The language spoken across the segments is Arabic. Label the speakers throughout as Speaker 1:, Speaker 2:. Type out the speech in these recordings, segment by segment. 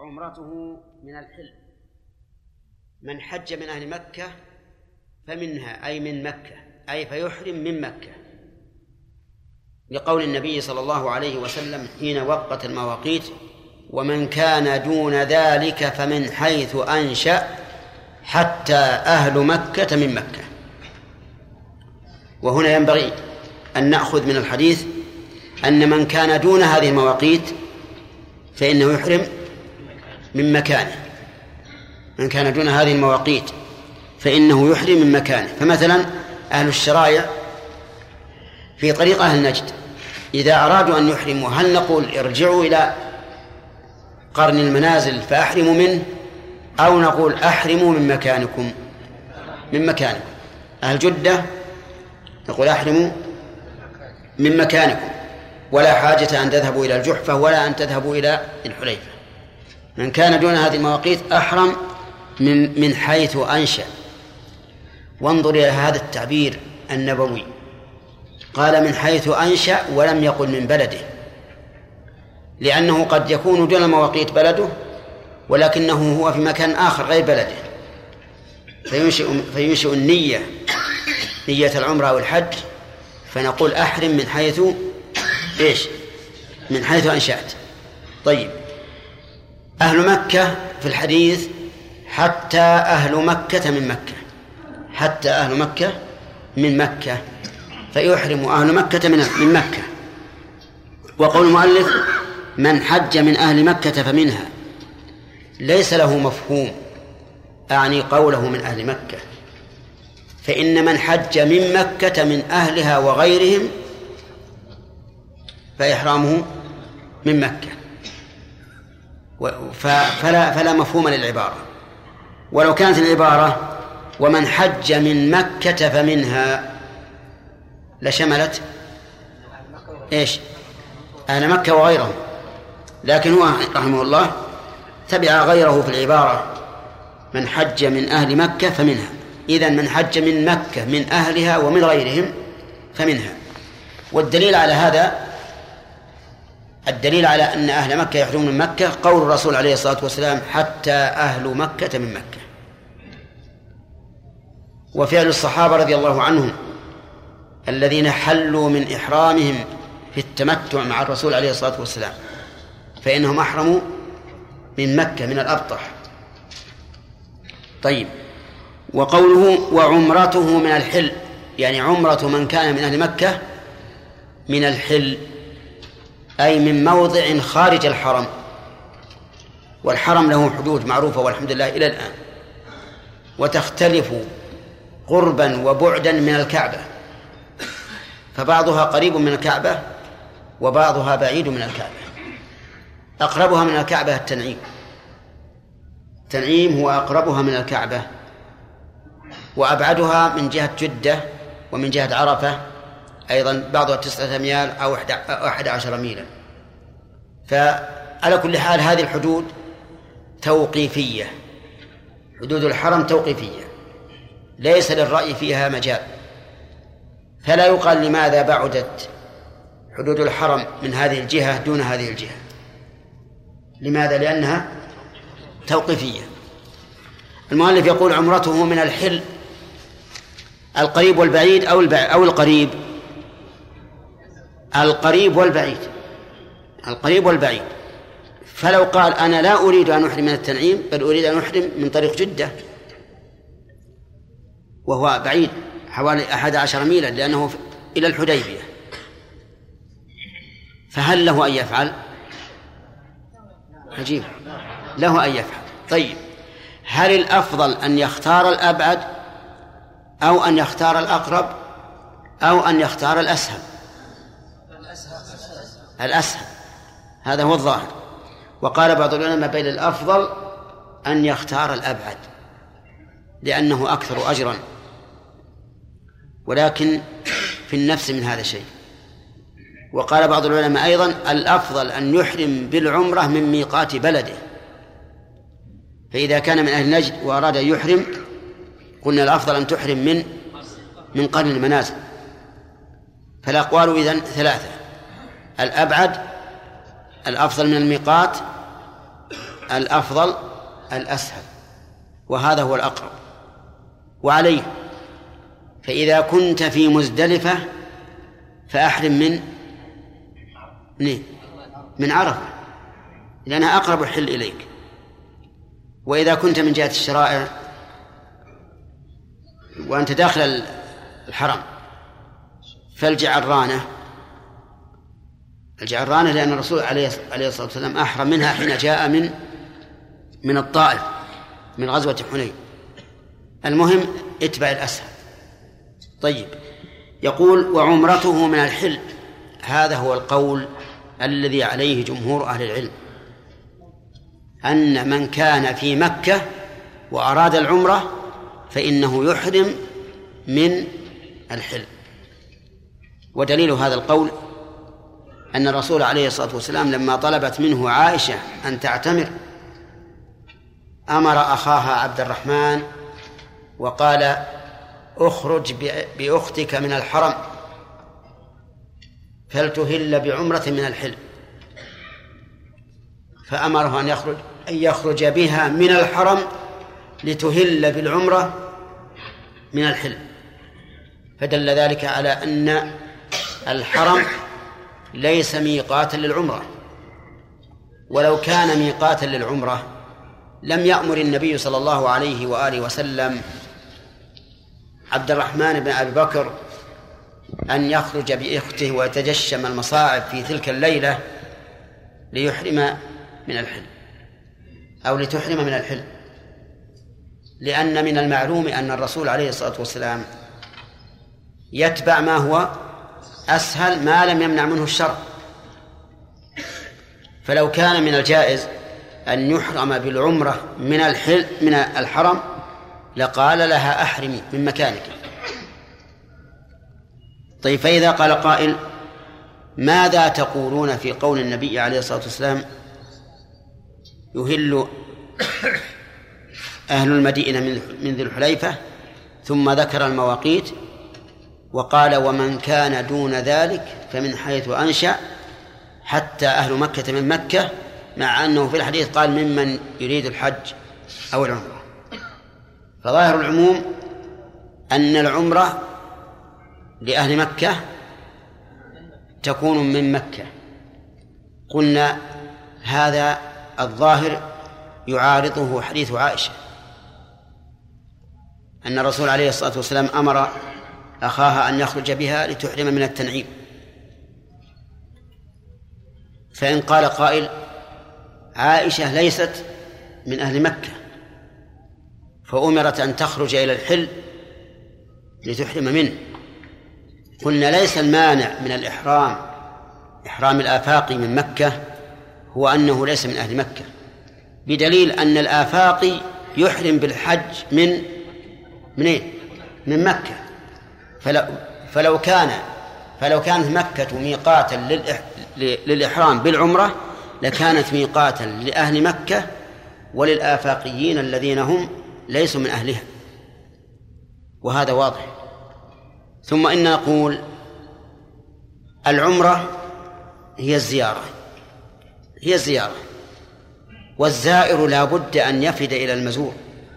Speaker 1: وعمرته من الحل. من حج من أهل مكة فمنها أي من مكة، أي فيحرم من مكة، لقول النبي صلى الله عليه وسلم حين وقت المواقيت: ومن كان دون ذلك فمن حيث أنشأ حتى أهل مكة من مكة. وهنا ينبغي أن نأخذ من الحديث أن من كان دون هذه المواقيت فإنه يحرم من مكانه. من كان دون هذه المواقيت فإنه يحرم من مكانه. فمثلا أهل الشرائع في طريق أهل نجد إذا أرادوا أن يحرموا، هل نقول ارجعوا إلى قرن المنازل فأحرموا منه، أو نقول أحرموا من مكانكم؟ من مكانكم. أهل جدة نقول أحرموا من مكانكم، ولا حاجة أن تذهبوا إلى الجحفة ولا أن تذهبوا إلى الحليفة. من كان دون هذه المواقيت أحرم من حيث أنشأ. وانظر إلى هذا التعبير النبوي، قال من حيث أنشأ ولم يقل من بلده، لأنه قد يكون دون المواقيت بلده ولكنه هو في مكان آخر غير بلده، فينشئ النية، نية العمرة أو الحج، فنقول أحرم من حيث إيش؟ من حيث أنشأت. طيب، أهل مكة في الحديث حتى أهل مكة من مكة، حتى أهل مكة من مكة، فيحرم أهل مكة من مكة. وقول المؤلف من حج من أهل مكة فمنها ليس له مفهوم، أعني قوله من أهل مكة، فإن من حج من مكة من أهلها وغيرهم فإحرامه من مكة، فلا مفهوم للعبارة. ولو كانت العبارة ومن حج من مكة فمنها لشملت إيش؟ أهل مكة وغيرهم، لكن هو رحمه الله تبع غيره في العبارة من حج من أهل مكة فمنها. إذن من حج من مكة من أهلها ومن غيرهم فمنها. والدليل على هذا، الدليل على أن أهل مكة يحرمون من مكة قول الرسول عليه الصلاة والسلام حتى أهل مكة من مكة، وفعل الصحابة رضي الله عنهم الذين حلوا من إحرامهم في التمتع مع الرسول عليه الصلاة والسلام، فإنهم أحرموا من مكة من الأبطح. طيب، وقوله وعمرته من الحل، يعني عمرة من كان من أهل مكة من الحل، أي من موضع خارج الحرم. والحرم له حدود معروفة والحمد لله إلى الآن، وتختلف قربا وبعدا من الكعبة، فبعضها قريب من الكعبة وبعضها بعيد من الكعبة. أقربها من الكعبة التنعيم، التنعيم هو أقربها من الكعبة، وأبعدها من جهة جدة ومن جهة عرفة أيضا بعضها 9 أميال أو 11 ميلا. فعلى كل حال هذه الحدود توقيفية، حدود الحرم توقيفية ليس للرأي فيها مجال، فلا يقال لماذا بعدت حدود الحرم من هذه الجهة دون هذه الجهة. لماذا؟ لأنها توقيفية. المؤلف يقول عمرته من الحل، القريب والبعيد أو القريب، القريب والبعيد، القريب والبعيد. فلو قال أنا لا أريد أن أحرم من التنعيم بل أريد أن أحرم من طريق جدة وهو بعيد حوالي 11 ميلا لأنه إلى الحديبية، فهل له أن يفعل؟ عجيب، له أن يفعل. طيب، هل الأفضل أن يختار الأبعد أو أن يختار الأقرب أو أن يختار الأسهل؟ الأسهل، هذا هو الظاهر. وقال بعض العلماء بين الأفضل أن يختار الأبعد لأنه أكثر أجرا، ولكن في النفس من هذا الشيء. وقال بعض العلماء أيضا الأفضل أن يحرم بالعمرة من ميقات بلده، فإذا كان من أهل نجد وأراد أن يحرم قلنا الأفضل أن تحرم من قرن المنازل. فالأقوال إذن 3: الأبعد، الأفضل من الميقات، الأفضل الأسهل، وهذا هو الأقرب. وعليه فإذا كنت في مزدلفة فأحرم من عرفة، لأنها أقرب الحل إليك. وإذا كنت من جهة الشرائع وأنت داخل الحرم فالجعرانة، لأن الرسول عليه الصلاة والسلام أحرم منها حين جاء من الطائف من غزوة حنين. المهم اتبع الأسهل. طيب، يقول وعمرته من الحل، هذا هو القول الذي عليه جمهور أهل العلم، أن من كان في مكة وأراد العمرة فإنه يحرم من الحل. ودليل هذا القول أن الرسول عليه الصلاة والسلام لما طلبت منه عائشة أن تعتمر أمر أخاها عبد الرحمن وقال اخرج بأختك من الحرم فلتهل بعمرة من الحل، فأمره أن يخرج بها من الحرم لتهل بالعمرة من الحل. فدل ذلك على أن الحرم ليس ميقاتا للعمرة، ولو كان ميقاتا للعمرة لم يأمر النبي صلى الله عليه وآله وسلم عبد الرحمن بن أبي بكر أن يخرج بأخته ويتجشم المصاعب في تلك الليلة ليحرم من الحل أو لتحرم من الحل، لأن من المعلوم أن الرسول عليه الصلاة والسلام يتبع ما هو أسهل ما لم يمنع منه الشرع. فلو كان من الجائز أن يحرم بالعمرة من الحرم لقال لها أحرمي من مكانك. طيب، فإذا قال قائل ماذا تقولون في قول النبي عليه الصلاة والسلام يهل أهل المدينة من ذي الحليفة، ثم ذكر المواقيت وقال ومن كان دون ذلك فمن حيث أنشأ حتى أهل مكة من مكة، مع أنه في الحديث قال ممن يريد الحج أو العمرة. فظاهر العموم أن العمرة لأهل مكة تكون من مكة. قلنا هذا الظاهر يعارضه حديث عائشة أن الرسول عليه الصلاة والسلام أمر أخاها أن يخرج بها لتحرم من التنعيم. فإن قال قائل عائشة ليست من أهل مكة فأمرت أن تخرج إلى الحل لتحرم منه، قلنا ليس المانع من إحرام الآفاقي من مكة هو أنه ليس من أهل مكة، بدليل أن الآفاقي يحرم بالحج من مكة. فلو كانت مكة ميقاتا للإحرام بالعمرة لكانت ميقاتا لأهل مكة وللآفاقيين الذين هم ليسوا من أهلها، وهذا واضح. ثم إن نقول العمرة هي الزيارة، والزائر لا بد أن يفد إلى المزور،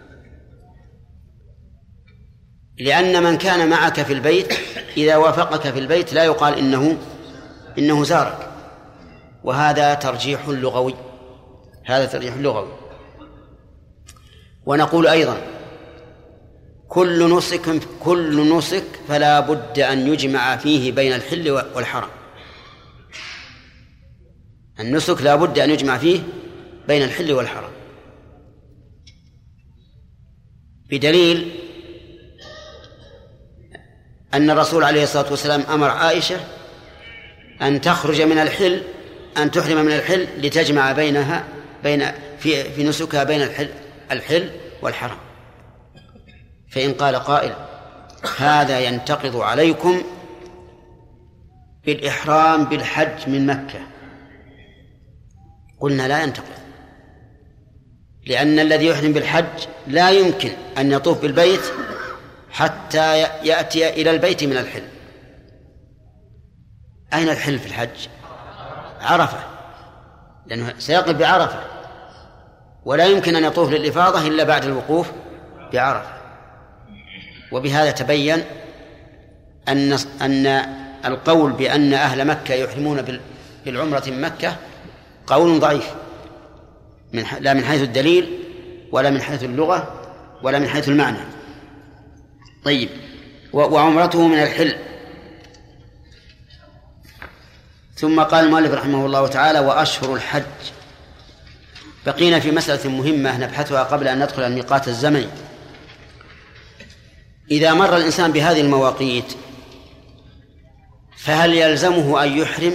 Speaker 1: لأن من كان معك في البيت إذا وافقك في البيت لا يقال إنه زارك، وهذا ترجيح لغوي. ونقول أيضا كل نسك فلا بد أن يجمع فيه بين الحل والحرم. النسك لا بد أن يجمع فيه بين الحل والحرم، بدليل أن الرسول عليه الصلاة والسلام أمر عائشة أن تخرج من الحل، أن تحرم من الحل لتجمع في نسكها بين الحل والحرم. فإن قال قائل هذا ينتقض عليكم بالإحرام بالحج من مكة، قلنا لا ينتقض، لأن الذي يحرم بالحج لا يمكن أن يطوف بالبيت حتى يأتي إلى البيت من الحل. أين الحل في الحج؟ عرفة، لأنه سيقف بعرفة، ولا يمكن أن يطوف للإفاضة إلا بعد الوقوف بعرفة. وبهذا تبين أن القول بأن أهل مكة يحرمون بالعمرة من مكة قول ضعيف، لا من حيث الدليل ولا من حيث اللغة ولا من حيث المعنى. طيب، وعمرته من الحل. ثم قال المؤلف رحمه الله تعالى: وأشهر الحج. بقينا في مسألة مهمة نبحثها قبل أن ندخل الميقات الزمني. إذا مر الإنسان بهذه المواقيت فهل يلزمه أن يحرم؟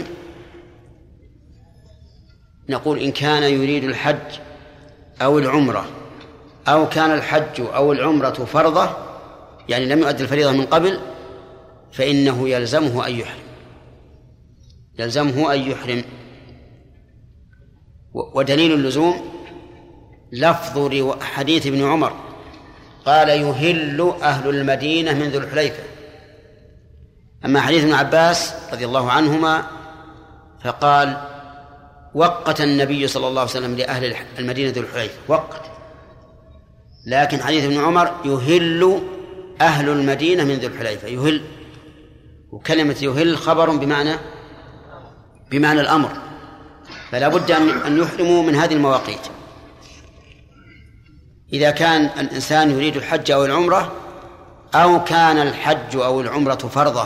Speaker 1: نقول إن كان يريد الحج أو العمرة، أو كان الحج أو العمرة فرضة، يعني لم يؤدي الفريضة من قبل، فإنه يلزمه أن يحرم، يلزمه أن يحرم. ودليل اللزوم لفظ حديث ابن عمر قال: يهل أهل المدينة من ذو الحليفة. أما حديث ابن عباس رضي الله عنهما فقال: وقت النبي صلى الله عليه وسلم لأهل المدينة ذو الحليفة، وقت. لكن حديث ابن عمر: يهل أهل المدينة من ذو الحليفة، يهل. وكلمة يهل خبر بمعنى الأمر، فلا بد أن يحرموا من هذه المواقيت. إذا كان الإنسان يريد الحج أو العمرة، أو كان الحج أو العمرة فرضة.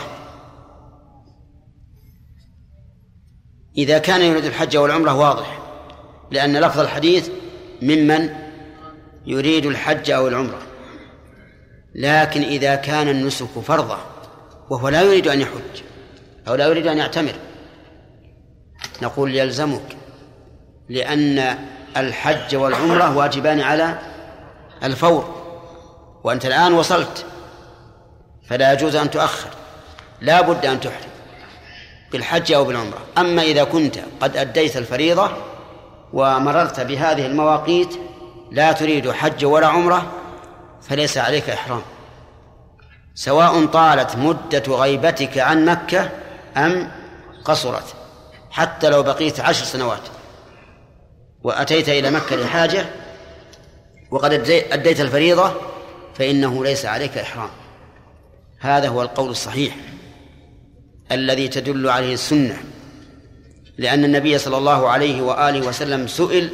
Speaker 1: إذا كان يريد الحج أو العمرة واضح، لأن لفظ الحديث ممن يريد الحج أو العمرة. لكن إذا كان النسك فرضة وهو لا يريد أن يحج أو لا يريد أن يعتمر، نقول يلزمك، لأن الحج والعمرة واجبان على الفور، وأنت الآن وصلت، فلا يجوز أن تؤخر، لا بد أن تحرم بالحج أو بالعمرة. أما إذا كنت قد أديت الفريضة ومررت بهذه المواقيت لا تريد حج ولا عمرة، فليس عليك إحرام، سواء طالت مدة غيبتك عن مكة أم قصرت. حتى لو بقيت 10 سنوات وأتيت إلى مكة لحاجة وقد أديت الفريضة، فإنه ليس عليك إحرام. هذا هو القول الصحيح الذي تدل عليه السنة، لأن النبي صلى الله عليه وآله وسلم سئل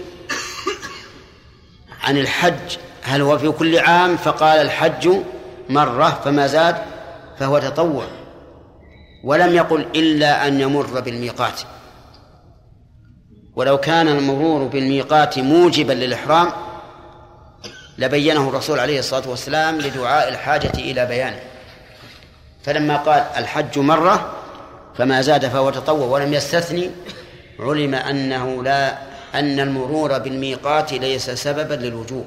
Speaker 1: عن الحج هل هو في كل عام، فقال: الحج مرة فما زاد فهو تطوع، ولم يقل إلا أن يمر بالميقات. ولو كان المرور بالميقات موجبا للإحرام لبينه الرسول عليه الصلاة والسلام لدعاء الحاجة إلى بيانه. فلما قال الحج مرة فما زاد فهو تطوع ولم يستثني، علم أن المرور بالميقات ليس سببا للوجوب.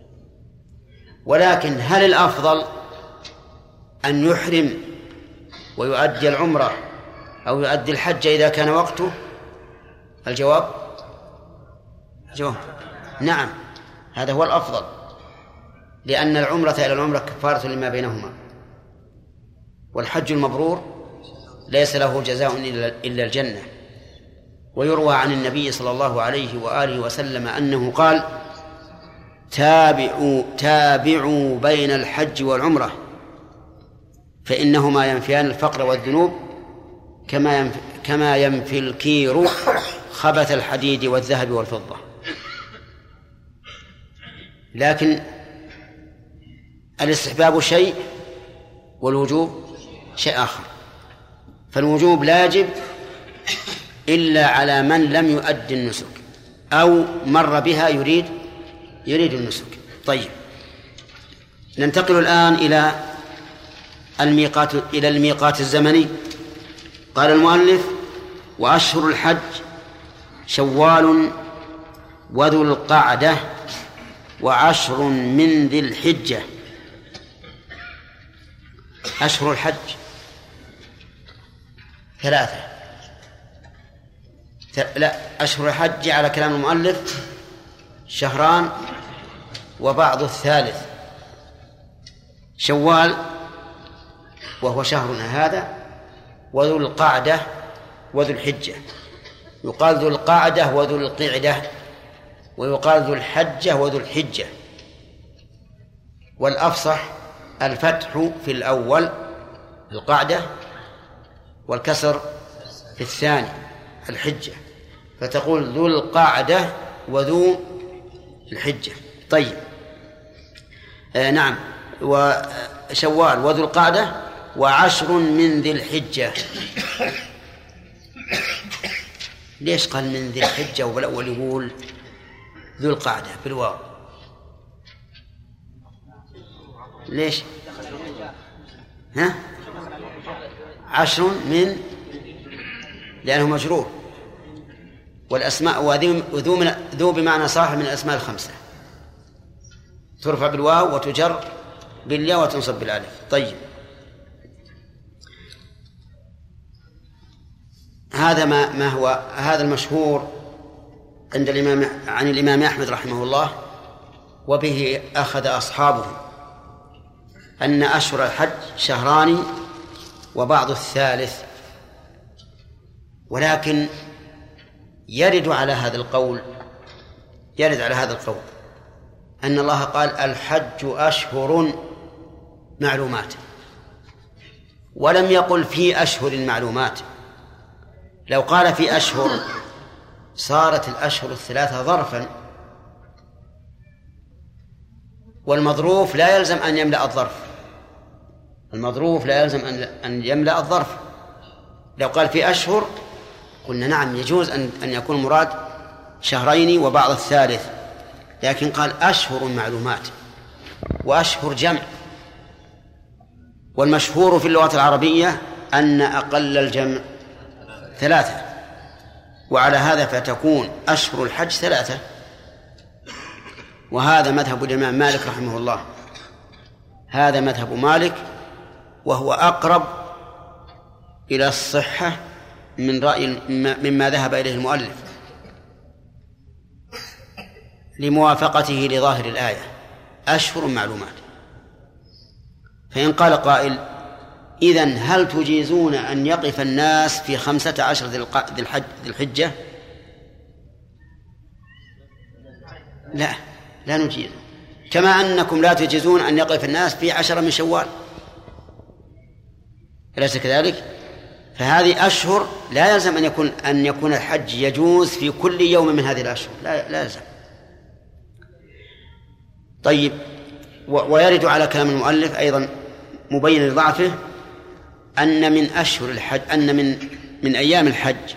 Speaker 1: ولكن هل الأفضل أن يحرم ويؤدي العمرة أو يؤدي الحج إذا كان وقته؟ الجواب نعم، هذا هو الأفضل، لأن العمرة إلى العمرة كفارة لما بينهما، والحج المبرور ليس له جزاء إلا الجنة. ويروى عن النبي صلى الله عليه وآله وسلم أنه قال: تابعوا بين الحج والعمرة فإنهما ينفيان الفقر والذنوب كما ينفي الكير خبث الحديد والذهب والفضة. لكن الاستحباب شيء والوجوب شيء آخر. فالوجوب لا يجب إلا على من لم يؤدي النسك أو مر بها يريد النسك. طيب، ننتقل الآن إلى الميقات الزمني. قال المؤلف: وأشهر الحج شوال وذو القعدة وعشر من ذي الحجة. أشهر الحج 3. لا، أشهر الحج على كلام المؤلف 2 وبعض الثالث. شوال وهو شهرنا هذا، وذو القعدة وذو الحجة. يقال ذو القعدة وذو القعدة، ويقال ذو الحجة وذو الحجة، والأفصح الفتح في الأول القعدة والكسر في الثاني الحجة، فتقول ذو القعدة وذو الحجة. طيب نعم، وشوال وذو القعدة وعشر من ذي الحجة. ليش قال من ذي الحجة والأول يقول ذو القعدة بالواو؟ ليش؟ ها؟ عشر من، لأنه مجرور، والأسماء وذو بمعنى صاحب من الأسماء الخمسة، ترفع بالواو وتجر بالياء وتنصب بالالف. طيب هذا ما هو هذا المشهور عند الإمام عن الإمام أحمد رحمه الله، وبه أخذ أصحابه، أن أشهر الحج شهران وبعض الثالث. ولكن يرد على هذا القول أن الله قال الحج أشهر معلومات، ولم يقل في أشهر المعلومات. لو قال في أشهر صارت الأشهر الثلاثة ظرفا، والمظروف لا يلزم أن يملأ الظرف. لو قال في أشهر قلنا نعم يجوز أن يكون مراد شهرين وبعض الثالث، لكن قال أشهر معلومات، وأشهر جمع، والمشهور في اللغة العربية أن أقل الجمع 3، وعلى هذا فتكون أشهر الحج 3. وهذا مذهب الإمام مالك رحمه الله، هذا مذهب مالك، وهو أقرب إلى الصحة من رأي مما ذهب إليه المؤلف لموافقته لظاهر الآية أشهر معلومات. فإن قال قائل إذن هل تجيزون أن يقف الناس في 15 ذي الحجة؟ لا نجيز، كما أنكم لا تجيزون أن يقف الناس في 10 من شوال، أليس كذلك؟ فهذه أشهر لا يلزم أن يكون الحج يجوز في كل يوم من هذه الأشهر، لا يلزم. طيب، ويرد على كلام المؤلف أيضا مبين لضعفه أن من أشهر الحج، أن من أيام الحج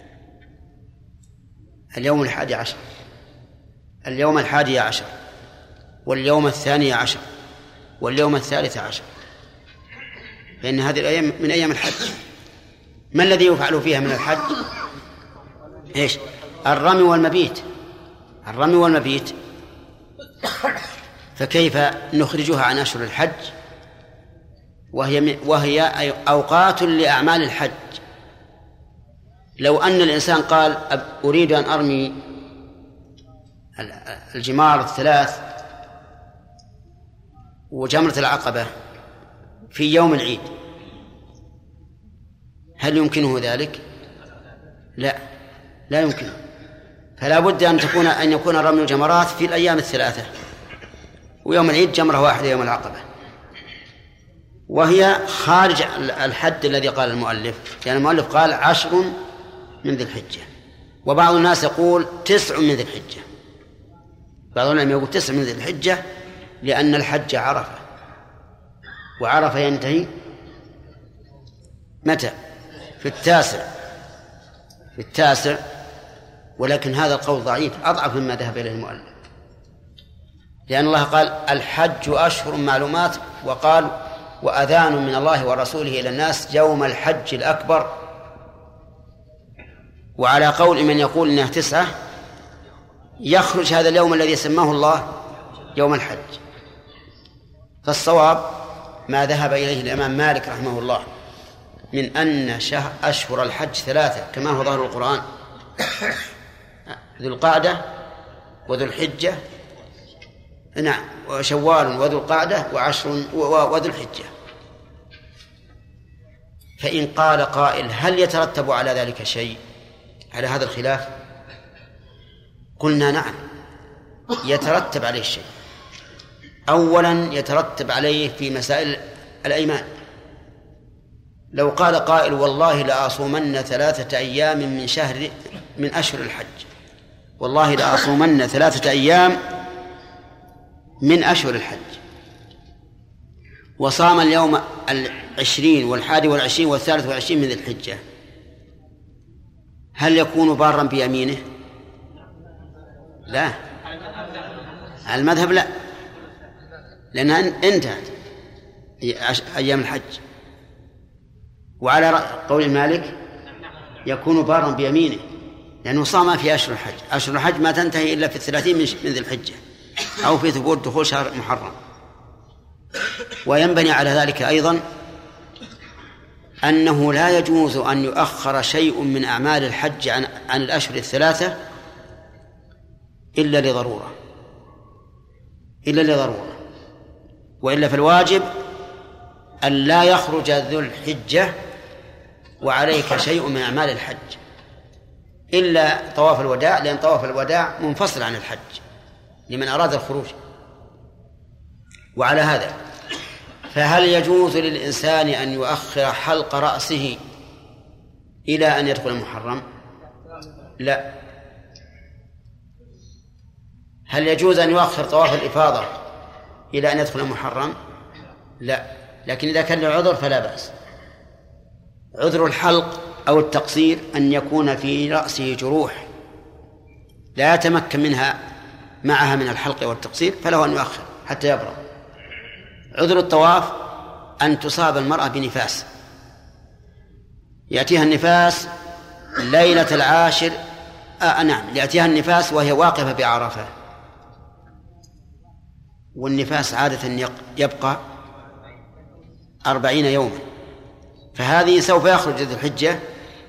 Speaker 1: اليوم 11، اليوم 11، واليوم 12، واليوم 13، فإن هذه الأيام من أيام الحج. ما الذي يفعل فيها من الحج؟ إيش؟ الرمي والمبيت. فكيف نخرجها عن أشهر الحج وهي أوقات لأعمال الحج؟ لو أن الإنسان قال أريد أن أرمي الجمار 3 وجمرة العقبة في يوم العيد، هل يمكنه ذلك؟ لا يمكنه. فلا بد أن يكون رمي الجمرات في الأيام 3، ويوم العيد جمرة واحدة يوم العقبة، وهي خارج الحد الذي قال المؤلف، لأن المؤلف قال 10 من ذي الحجة، وبعض الناس يقول 9 من ذي الحجة، بعض الناس يقول 9 من ذي الحجة، لأن الحج عرفة، وعرفة ينتهي متى؟ في التاسع. ولكن هذا القول ضعيف، أضعف مما ذهب إليه المؤلف، لأن الله قال الحج أشهر معلومات، وقال وأذان من الله ورسوله إلى الناس يوم الحج الأكبر. وعلى قول من يقول إنها 9 يخرج هذا اليوم الذي سماه الله يوم الحج. فالصواب ما ذهب إليه الإمام مالك رحمه الله من أن أشهر الحج 3 كما هو ظاهر القرآن، ذو القعدة وذو الحجة، نعم، وشوال وذو القعدة وعشر وذو الحجة. فإن قال قائل هل يترتب على ذلك شيء، على هذا الخلاف؟ قلنا نعم يترتب عليه شيء. أولا يترتب عليه في مسائل الأيمان. لو قال قائل والله لأصومن 3 أيام من أشهر الحج، والله لأصومن 3 أيام من أشهر الحج، وصام اليوم 20 والحادي 23 من ذي الحجة، هل يكون بارا بيمينه؟ لا، على المذهب لا، لأنها انتهت أيام الحج. وعلى قول مالك يكون بارا بيمينه، لأنه صام في أشهر الحج. أشهر الحج ما تنتهي إلا في 30 من ذي الحجة أو في ثبوت دخول شهر محرم. وينبني على ذلك أيضا أنه لا يجوز أن يؤخر شيء من أعمال الحج عن الأشهر 3 إلا لضرورة، وإلا فالواجب أن لا يخرج ذو الحجة وعليك شيء من أعمال الحج إلا طواف الوداع، لأن طواف الوداع منفصل عن الحج لمن أراد الخروج. وعلى هذا فهل يجوز للإنسان أن يؤخر حلق رأسه إلى أن يدخل المحرم؟ لا. هل يجوز أن يؤخر طواف الإفاضة إلى أن يدخل المحرم؟ لا. لكن إذا كان له عذر فلا بأس. عذر الحلق أو التقصير أن يكون في رأسه جروح لا يتمكن معها من الحلق والتقصير، فله أن يؤخر حتى يبرأ. عذر الطواف أن تصاب المرأة بنفاس، يأتيها النفاس ليلة 10، يأتيها النفاس وهي واقفة بعرفة، والنفاس عادة يبقى 40 يوما، فهذه سوف يخرج ذو الحجة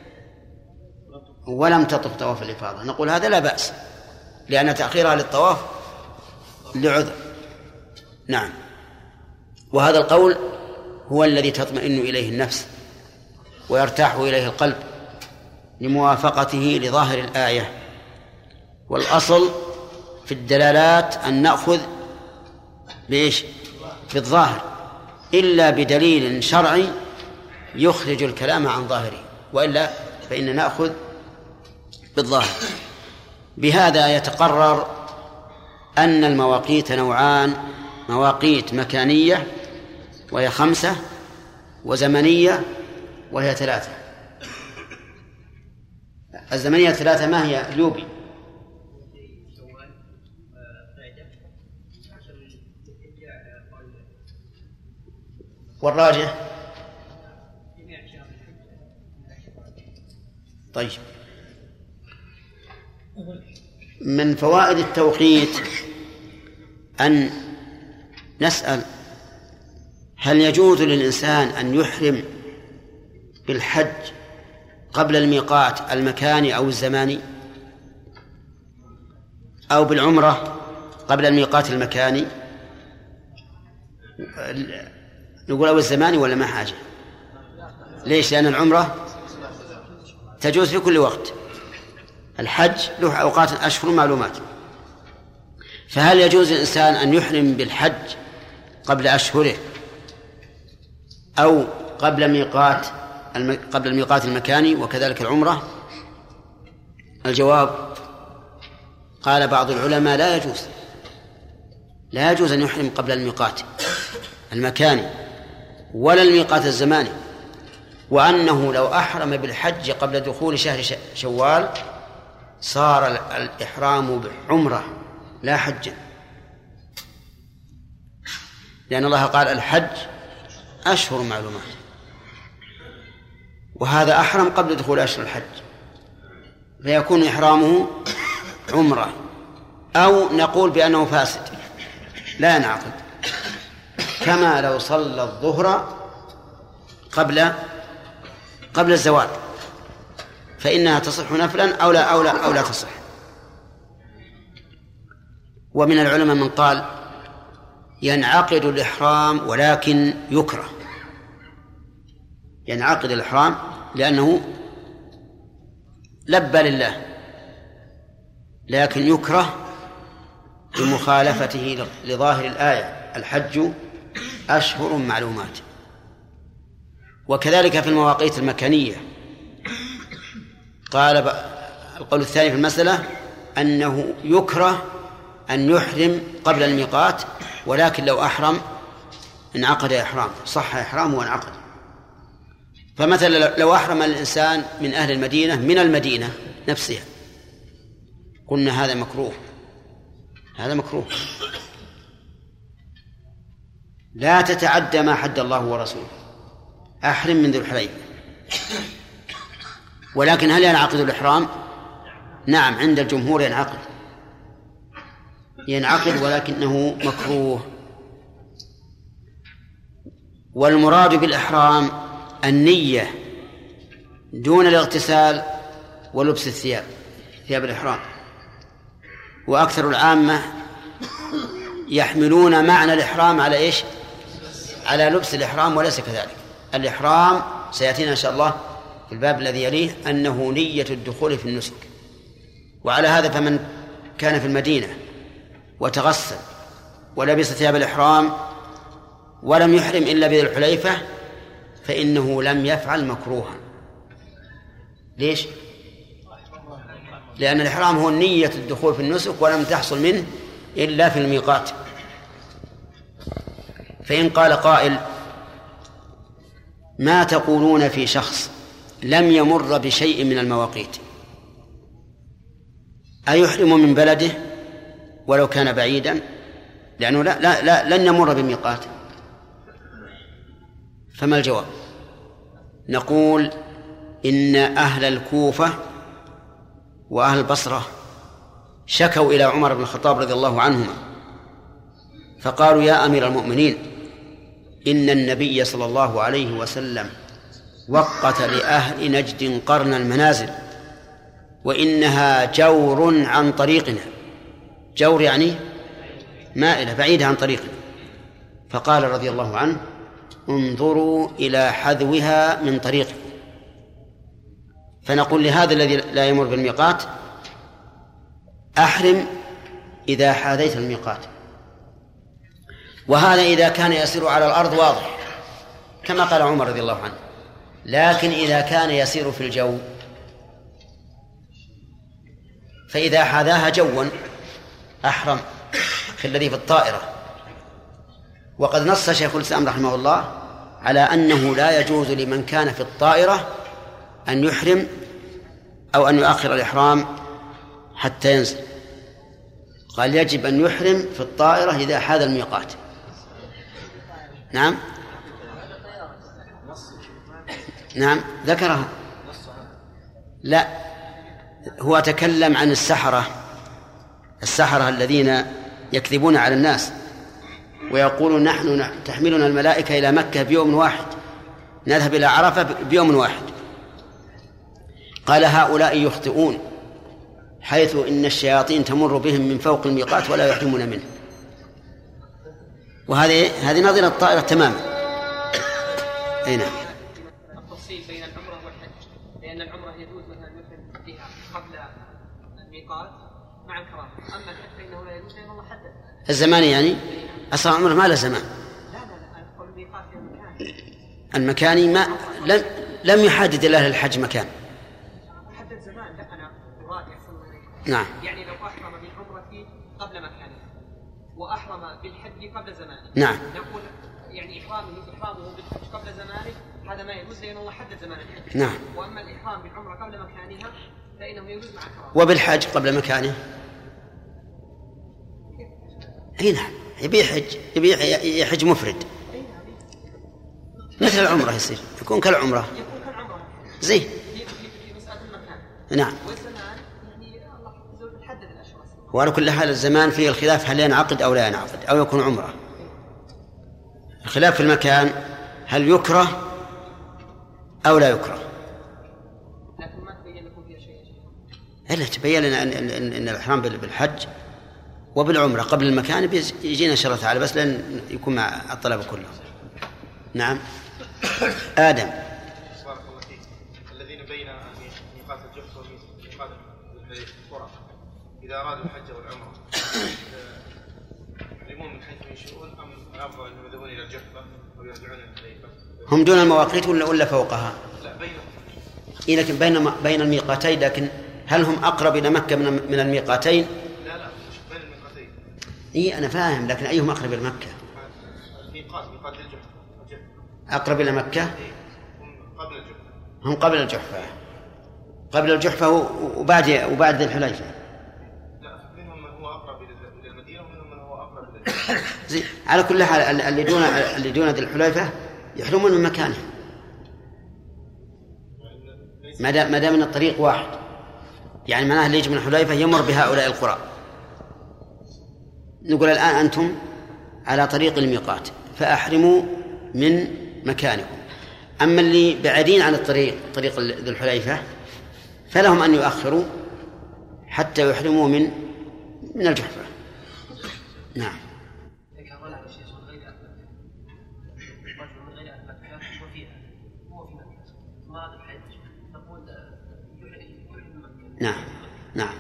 Speaker 1: ولم تطف طواف الإفاضة. نقول هذا لا بأس، لأن تأخيرها للطواف لعذر. نعم. وهذا القول هو الذي تطمئن إليه النفس ويرتاح إليه القلب لموافقته لظاهر الآية. والأصل في الدلالات أن نأخذ بإيش؟ بالظاهر، إلا بدليل شرعي يخرج الكلام عن ظاهره، وإلا فإن نأخذ بالظاهر. بهذا يتقرر أن المواقيت نوعان: مواقيت مكانية وهي 5، وزمنية وهي 3. الزمنية 3 ما هي لوبي؟ والراجح؟ طيب، من فوائد التوقيت أن نسأل: هل يجوز للإنسان أن يحرم بالحج قبل الميقات المكاني أو الزماني، أو بالعمرة قبل الميقات المكاني؟ نقول أو الزماني ولا ما حاجة؟ ليش؟ لأن العمرة تجوز في كل وقت، الحج له أوقات أشهر معلومات. فهل يجوز الإنسان أن يحرم بالحج قبل أشهره أو قبل الميقات المكاني، وكذلك العمرة؟ الجواب: قال بعض العلماء لا يجوز أن يحرم قبل الميقات المكاني ولا الميقات الزماني، وأنه لو أحرم بالحج قبل دخول شهر شوال صار الإحرام بعمرة لا حجا، لأن الله قال: الحج أشهر معلومات، وهذا أحرم قبل دخول أشهر الحج، فيكون إحرامه عمرة. أو نقول بأنه فاسد لا ينعقد، كما لو صلى الظهر قبل الزوال، فإنها تصح نفلا أو لا تصح. ومن العلماء من قال ينعقد الإحرام ولكن يكره، ينعقد الإحرام لأنه لبى لله، لكن يكره بمخالفته لظاهر الآية الحج أشهر معلومات. وكذلك في المواقيت المكانية قال القول الثاني في المسألة أنه يكره أن يحرم قبل الميقات، ولكن لو أحرم انعقد إحرام، صح إحرامه وانعقد. فمثلا لو أحرم الإنسان من أهل المدينة من المدينة نفسها قلنا هذا مكروه، هذا مكروه، لا تتعدى ما حد الله ورسوله، أحرم من ذي الحليفة. ولكن هل ينعقد الإحرام؟ نعم، عند الجمهور ينعقد ولكنه مكروه. والمراد بالإحرام النية دون الاغتسال ولبس الثياب، ثياب الإحرام. وأكثر العامة يحملون معنى الإحرام على إيش؟ على لبس الإحرام، وليس كذلك. الإحرام سيأتينا إن شاء الله في الباب الذي يليه أنه نية الدخول في النسك. وعلى هذا فمن كان في المدينة وتغسل ولبس ثياب الإحرام ولم يحرم إلا بذي الحليفة فإنه لم يفعل مكروها. ليش؟ لأن الإحرام هو نية الدخول في النسك ولم تحصل منه إلا في الميقات. فإن قال قائل: ما تقولون في شخص لم يمر بشيء من المواقيت، أيحرم من بلده ولو كان بعيدا؟ لأنه لن يمر بميقات. فما الجواب؟ نقول إن أهل الكوفة وأهل البصرة شكوا إلى عمر بن الخطاب رضي الله عنهما فقالوا: يا أمير المؤمنين، إن النبي صلى الله عليه وسلم وقت لأهل نجد قرن المنازل، وإنها جور عن طريقنا. جور يعني مائلة بعيدة عن طريقنا. فقال رضي الله عنه: انظروا إلى حذوها من طريقه. فنقول لهذا الذي لا يمر بالميقات: أحرم إذا حاذيت الميقات. وهذا إذا كان يسير على الأرض واضح كما قال عمر رضي الله عنه. لكن إذا كان يسير في الجو، فإذا حاذاها جوا أحرم كالذي في الطائرة. وقد نص شيخ الإسلام رحمه الله على أنه لا يجوز لمن كان في الطائرة أن يحرم أو أن يؤخر الإحرام حتى ينزل. قال: يجب أن يحرم في الطائرة إذا حاذ الميقات. نعم ذكرها. لا، هو تكلم عن السحرة الذين يكذبون على الناس ويقولون: نحن تحملنا الملائكة إلى مكة بيوم واحد، نذهب إلى عرفة بيوم واحد. قال: هؤلاء يخطئون، حيث إن الشياطين تمر بهم من فوق الميقات ولا يحرمون منه. هذه نظير الطائرة تماما. أي نعم.
Speaker 2: التفصيل بين العمرة والحج، لأن العمرة يجوز مثلا يحرم فيها قبل الميقات مع الكرامة، أما الحج فإنه لا يجوز لأن الله حدد
Speaker 1: الزمان. يعني أصلا العمرة ما له زمان.
Speaker 2: لا أقول الميقات في المكان
Speaker 1: المكاني ما لم يحدد الله للحج مكان.
Speaker 2: حدد زمان. لا، أنا مراد يحصل
Speaker 1: نعم.
Speaker 2: يعني لو أحرم بالعمرة قبل مكانه وأحرم بالحج قبل زمانه،
Speaker 1: نعم،
Speaker 2: نقول يعني إحرامه بالحج قبل زمانه هذا ما يجوز لأن الله حدد زمان الحج.
Speaker 1: نعم.
Speaker 2: وأما الإحرام بالعمرة قبل مكانها فإنه يجوز مع كرامة.
Speaker 1: وبالحج قبل مكانه. أي نعم، يحج مفرد مثل العمرة، يصير يكون كالعمرة زي
Speaker 2: في مسألة المكان.
Speaker 1: نعم.
Speaker 2: والزمان يعني الله حدد الأشخاص.
Speaker 1: وعلى كل حال الزمان فيه الخلاف هل ينعقد أو لا ينعقد أو يكون عمرة. الخلاف في المكان هل يكره أو لا يكره.
Speaker 2: لكن ما تبين لكم فيها شيء.
Speaker 1: إلا تبين لنا أن الإحرام بالحج وبالعمرة قبل المكان يجينا إن شاء الله تعالى، بس لأن يكون مع الطلبة كله. نعم. آدم.
Speaker 3: بارك الله فيك. الذين بين ميقات الجحف وميقات القرى إذا أرادوا الحج والعمرة الأفضل أنهم يذهبون إلى الجحفة أو يرجعون إلى الحليفة؟
Speaker 1: هم دون المواقيت ولا فوقها؟
Speaker 3: لا بينهم.
Speaker 1: إيه لكن بين الميقاتين، لكن هل هم أقرب إلى مكة من الميقاتين؟
Speaker 3: لا مش بين الميقاتين.
Speaker 1: إيه أنا فاهم، لكن أيهم أقرب إلى مكة؟
Speaker 3: ميقات الجحفة.
Speaker 1: أقرب إلى مكة؟
Speaker 3: هم قبل الجحفة.
Speaker 1: قبل الجحفة وبعد ذي الحليفة.
Speaker 3: لا منهم من هو أقرب إلى المدينة ومنهم من هو أقرب إلى الجحفة.
Speaker 1: على كل حال اللي دون ذي الحليفة يحرمون من مكانه ما دام من الطريق واحد، يعني معناه اللي يجي من الحليفة يمر بهؤلاء القرى. نقول الآن أنتم على طريق الميقات فأحرموا من مكانكم، أما اللي بعيدين عن طريق ذي الحليفة فلهم أن يؤخروا حتى يحرموا من الجحفة. نعم. نعم نعم.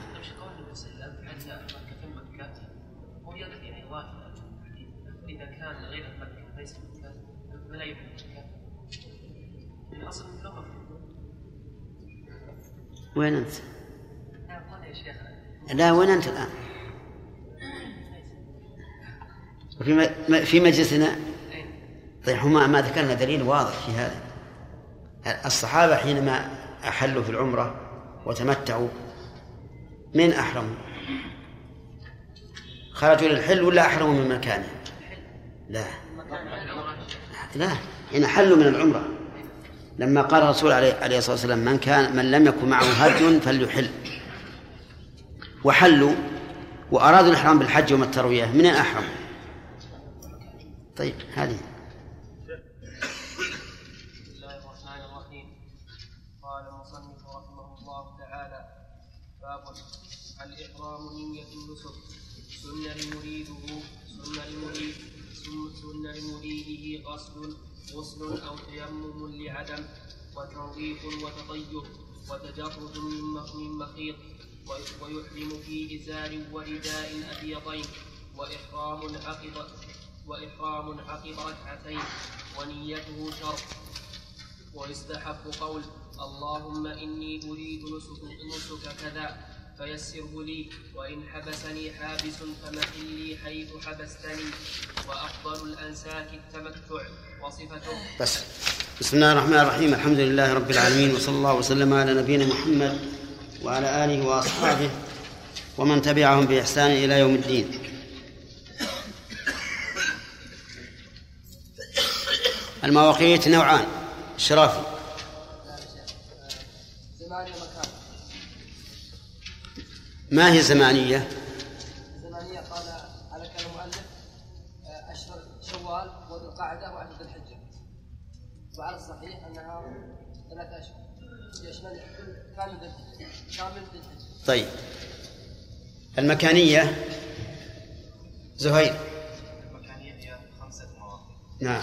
Speaker 2: إذا كان غير مكة ليس مكة فلا يحرم مكة. الأصل اللغة.
Speaker 1: وين أنت؟ لا وين أنت الآن؟ في مجلسنا. طيب هما ما ذكرنا دليل واضح في هذا. الصحابة حينما أحلوا في العمرة وتمتعوا من أحرموا؟ خرجوا للحل ولا أحرموا من مكانه؟ لا إن حلوا من العمرة. لما قال الرسول عليه الصلاة والسلام من لم يكن معه هدي فليحل، وحلوا وأرادوا الإحرام بالحج يوم التروية، من أحرم؟ طيب هذه.
Speaker 2: بسم الله الرحمن الرحيم. قال المصنف رحمه الله تعالى: باب الإحرام نية النسك. سن لمريده غسل أو تيمم لعدم، وتنظيف وتطيب، وتجرد من مخيط، ويحرم في إزار ورداء أبيضين، وإحرام عقب ركعتين، ونيته شرط. ويستحب قول: اللهم إني أريد نسك كذا فيسره لي، وإن حبسني حابس فمحلي حيث حبستني. وأفضل الأنساك التمتع وصفته.
Speaker 1: بس. بسم الله الرحمن الرحيم. الحمد لله رب العالمين، وصلى الله وسلم على نبينا محمد وعلى آله وأصحابه ومن تبعهم بإحسان إلى يوم الدين. المواقيت نوعان. شرافي. ما هي الزمانية؟
Speaker 4: الزمانية قال على كلام المؤلف أشهر شوال وذو القعدة وعشر ذي الحجة، وعلى الصحيح أنها 3 أشهر يشمل كامل ذي الحجة.
Speaker 1: طيب المكانية زهير.
Speaker 3: المكانية هي 5 مواقيت.
Speaker 1: نعم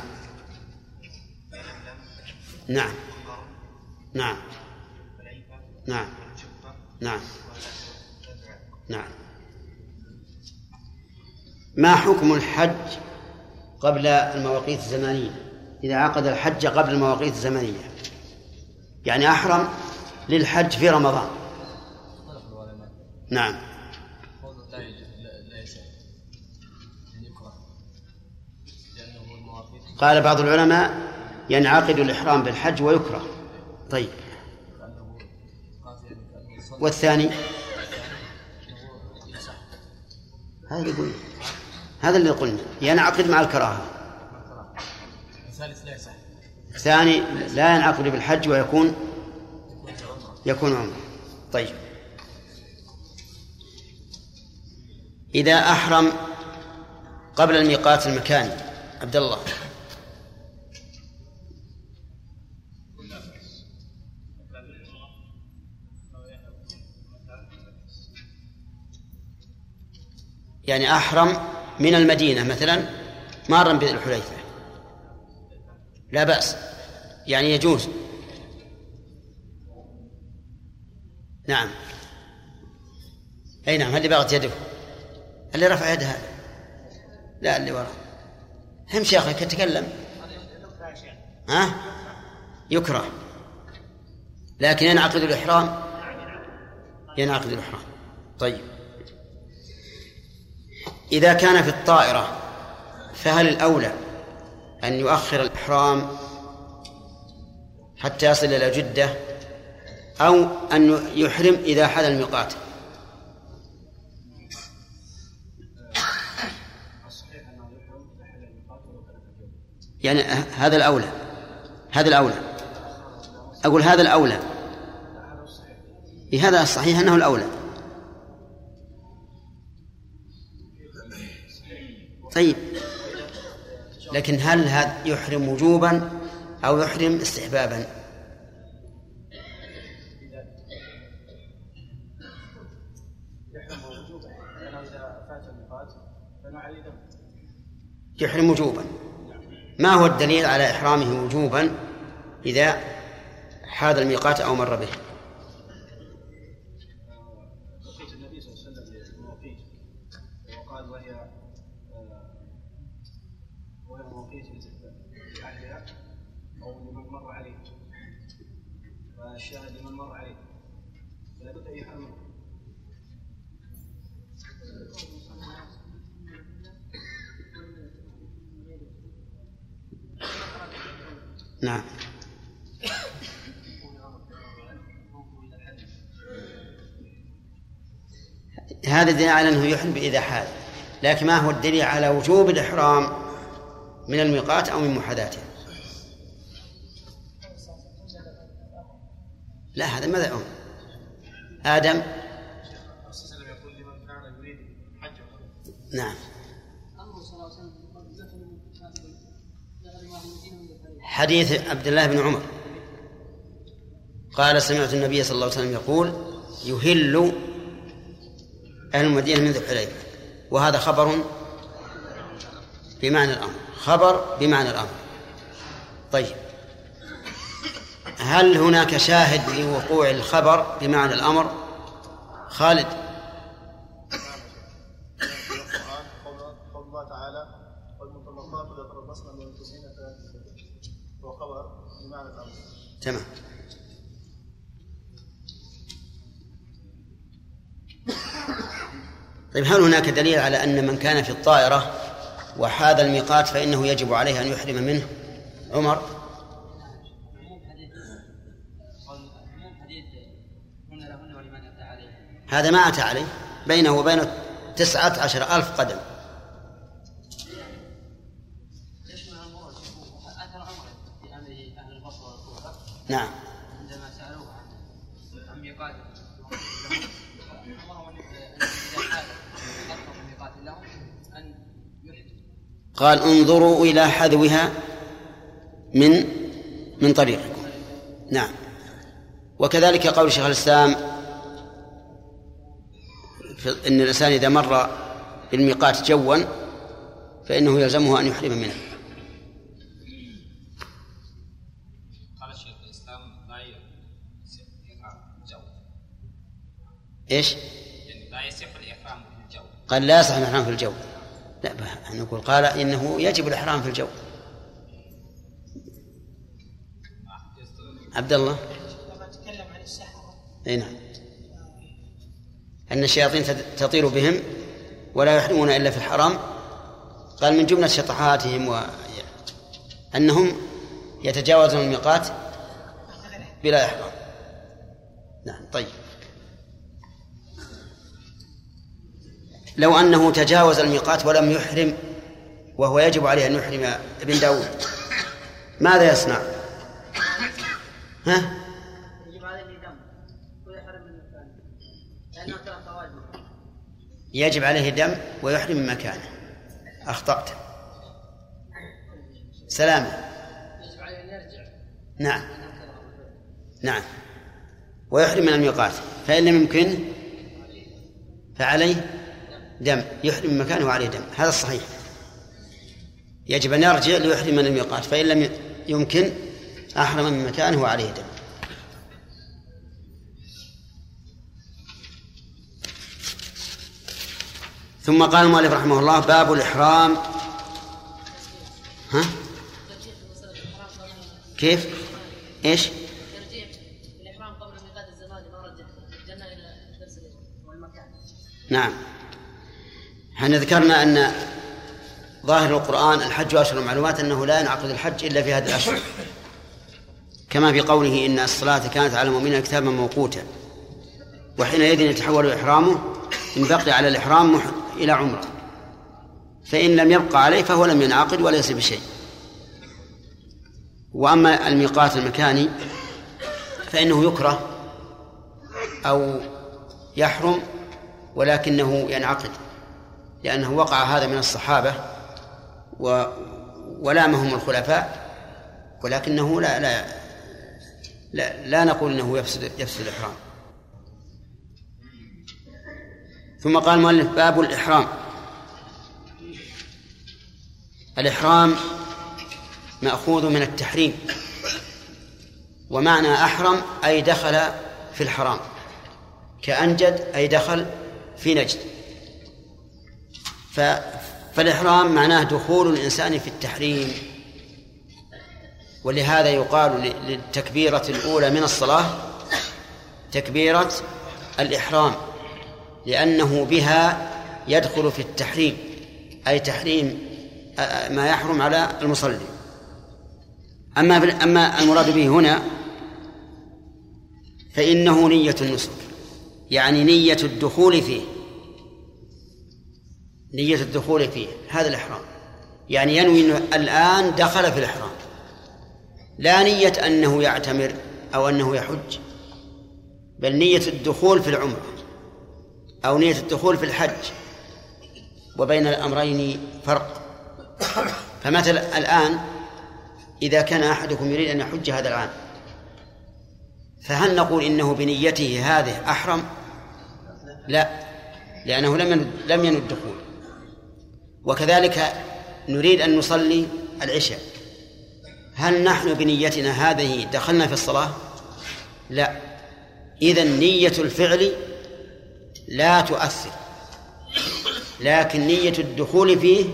Speaker 1: نعم نعم نعم نعم نعم. ما حكم الحج قبل المواقيت الزمانية؟ إذا عقد الحج قبل المواقيت الزمانية، يعني أحرم للحج في رمضان. نعم. قال بعض العلماء ينعقد الإحرام بالحج ويكره. طيب والثاني؟ هذا اللي قلنا ينعقد مع الكراهة. الثاني لا ينعقد بالحج ويكون عمره. طيب إذا أحرم قبل الميقات المكاني، عبد الله. يعني أحرم من المدينة مثلا مارا بالحليفة لا بأس، يعني يجوز. نعم. أي نعم. اللي باغت يده، اللي رفع يدها، لا اللي وراء. هم شيخك تتكلم. ها؟ يكره، لكن ينعقد الإحرام. ينعقد الإحرام. طيب، إذا كان في الطائرة فهل الأولى أن يؤخر الإحرام حتى يصل إلى جدة، أو أن يحرم إذا حل الميقات؟ يعني هذا الأولى. هذا الأولى. أقول هذا الأولى. هذا الصحيح أنه الأولى. طيب، لكن هل هذا يحرم وجوبا أو يحرم استحبابا؟ يحرم وجوبا. ما هو الدليل على إحرامه وجوبا إذا حاد الميقات أو مر به؟
Speaker 5: النبي صلى الله عليه وسلم المواقيت، وقال وهي مواقيت لأهلها أو لمن مر عليه، والشاهد لمن مر عليه، فلا بد أن يحرمه.
Speaker 1: نعم. هذا الدليل على أنه يحرم إذا حال، لكن ما هو الدليل على وجوب الإحرام من الميقات أو من محاذاته؟ لا، هذا ماذا يعون؟ آدم. نعم. حديث عبد الله بن عمر قال سمعت النبي صلى الله عليه وسلم يقول يهل أهل المدينة من ذي الحليفة، وهذا خبر بمعنى الأمر. خبر بمعنى الأمر. طيب، هل هناك شاهد لوقوع الخبر بمعنى الأمر؟ خالد.
Speaker 3: قول الله تعالى والمطلقات يتربصن بأنفسهن ثلاثة قروء، هو خبر بمعنى الأمر.
Speaker 1: تمام. طيب، هل هناك دليل على أن من كان في الطائرة وحاذ الميقات فإنه يجب عليه أن يحرم منه؟ عمر. هذا ما أتى عليه، بينه وبين 19,000 قدم. نعم.
Speaker 4: عندما سألوه عن ميقات
Speaker 1: قال انظروا إلى حذوها من طريقكم. نعم. وكذلك قول شيخ الإسلام إن الإنسان إذا مر بالميقات جوا فإنه يلزمه أن يحرم منه.
Speaker 6: قال شيخ الإسلام لا يصح الإحرام في الجو.
Speaker 1: إيش؟
Speaker 6: يعني لا يصح الإحرام في الجو.
Speaker 1: قال لا يصح الإحرام في الجو. لا، نقول قال إنه يجب الإحرام في الجو. عبد الله.
Speaker 7: تكلم عن السحرة.
Speaker 1: أي نعم. أن الشياطين تطير بهم ولا يحرمون إلا في الحرام. قال من جملة شطحاتهم أنهم يتجاوزون الميقات بلا إحرام. نعم. طيب، لو أنه تجاوز الميقات ولم يحرم وهو يجب عليه أن يحرم ابن داود، ماذا يصنع؟ ها؟
Speaker 4: يجب عليه دم ويحرم من مكانه لأنه ترك واجب.
Speaker 1: يجب عليه دم ويحرم من مكانه. أخطأت. سلامة.
Speaker 4: يجب عليه أن يرجع.
Speaker 1: نعم. نعم. ويحرم من الميقات، فإن لم يمكن فعليه دم، يحرم من مكانه وعليه دم. هذا الصحيح. يجب أن يرجع ليحرم من الميقات، فإن لم يمكن أحرم من مكانه وعليه دم. ثم قال المؤلف رحمه الله باب الإحرام ها؟ كيف؟ إيش؟
Speaker 8: ترجيح الإحرام قبل ميقات الزمان ما رجح الجنة إلى درس والمكان.
Speaker 1: نعم. احنا ذكرنا أن ظاهر القرآن الحج أشهر معلومات أنه لا ينعقد الحج إلا في هذه الأشهر، كما في قوله إن الصلاة كانت على المؤمنين كتابا موقوتا، وحينئذ يتحول إحرامه إن بقي على الإحرام إلى عمرة، فإن لم يبقى عليه فهو لم ينعقد وليس بشيء. وأما الميقات المكاني فإنه يكره أو يحرم ولكنه ينعقد، لأنه وقع هذا من الصحابة ولامهم الخلفاء، ولكنه لا نقول إنه يفسد الإحرام. ثم قال المؤلف باب الإحرام. الإحرام مأخوذ من التحريم، ومعنى أحرم أي دخل في الحرام، كأنجد أي دخل في نجد. فالإحرام معناه دخول الإنسان في التحريم، ولهذا يقال للتكبيرة الأولى من الصلاة تكبيرة الإحرام، لأنه بها يدخل في التحريم، أي تحريم ما يحرم على المصلي. أما المراد به هنا فإنه نية النسك، يعني نية الدخول فيه، نية الدخول فيه هذا الإحرام، يعني ينوي الآن دخل في الإحرام، لا نية أنه يعتمر أو أنه يحج، بل نية الدخول في العمرة أو نية الدخول في الحج، وبين الأمرين فرق. فمثلا الآن إذا كان أحدكم يريد أن يحج هذا العام، فهل نقول إنه بنيته هذه أحرم؟ لا، لأنه لم ينوي الدخول. وكذلك نريد أن نصلي العشاء، هل نحن بنيتنا هذه دخلنا في الصلاة؟ لا. إذن نية الفعل لا تؤثر، لكن نية الدخول فيه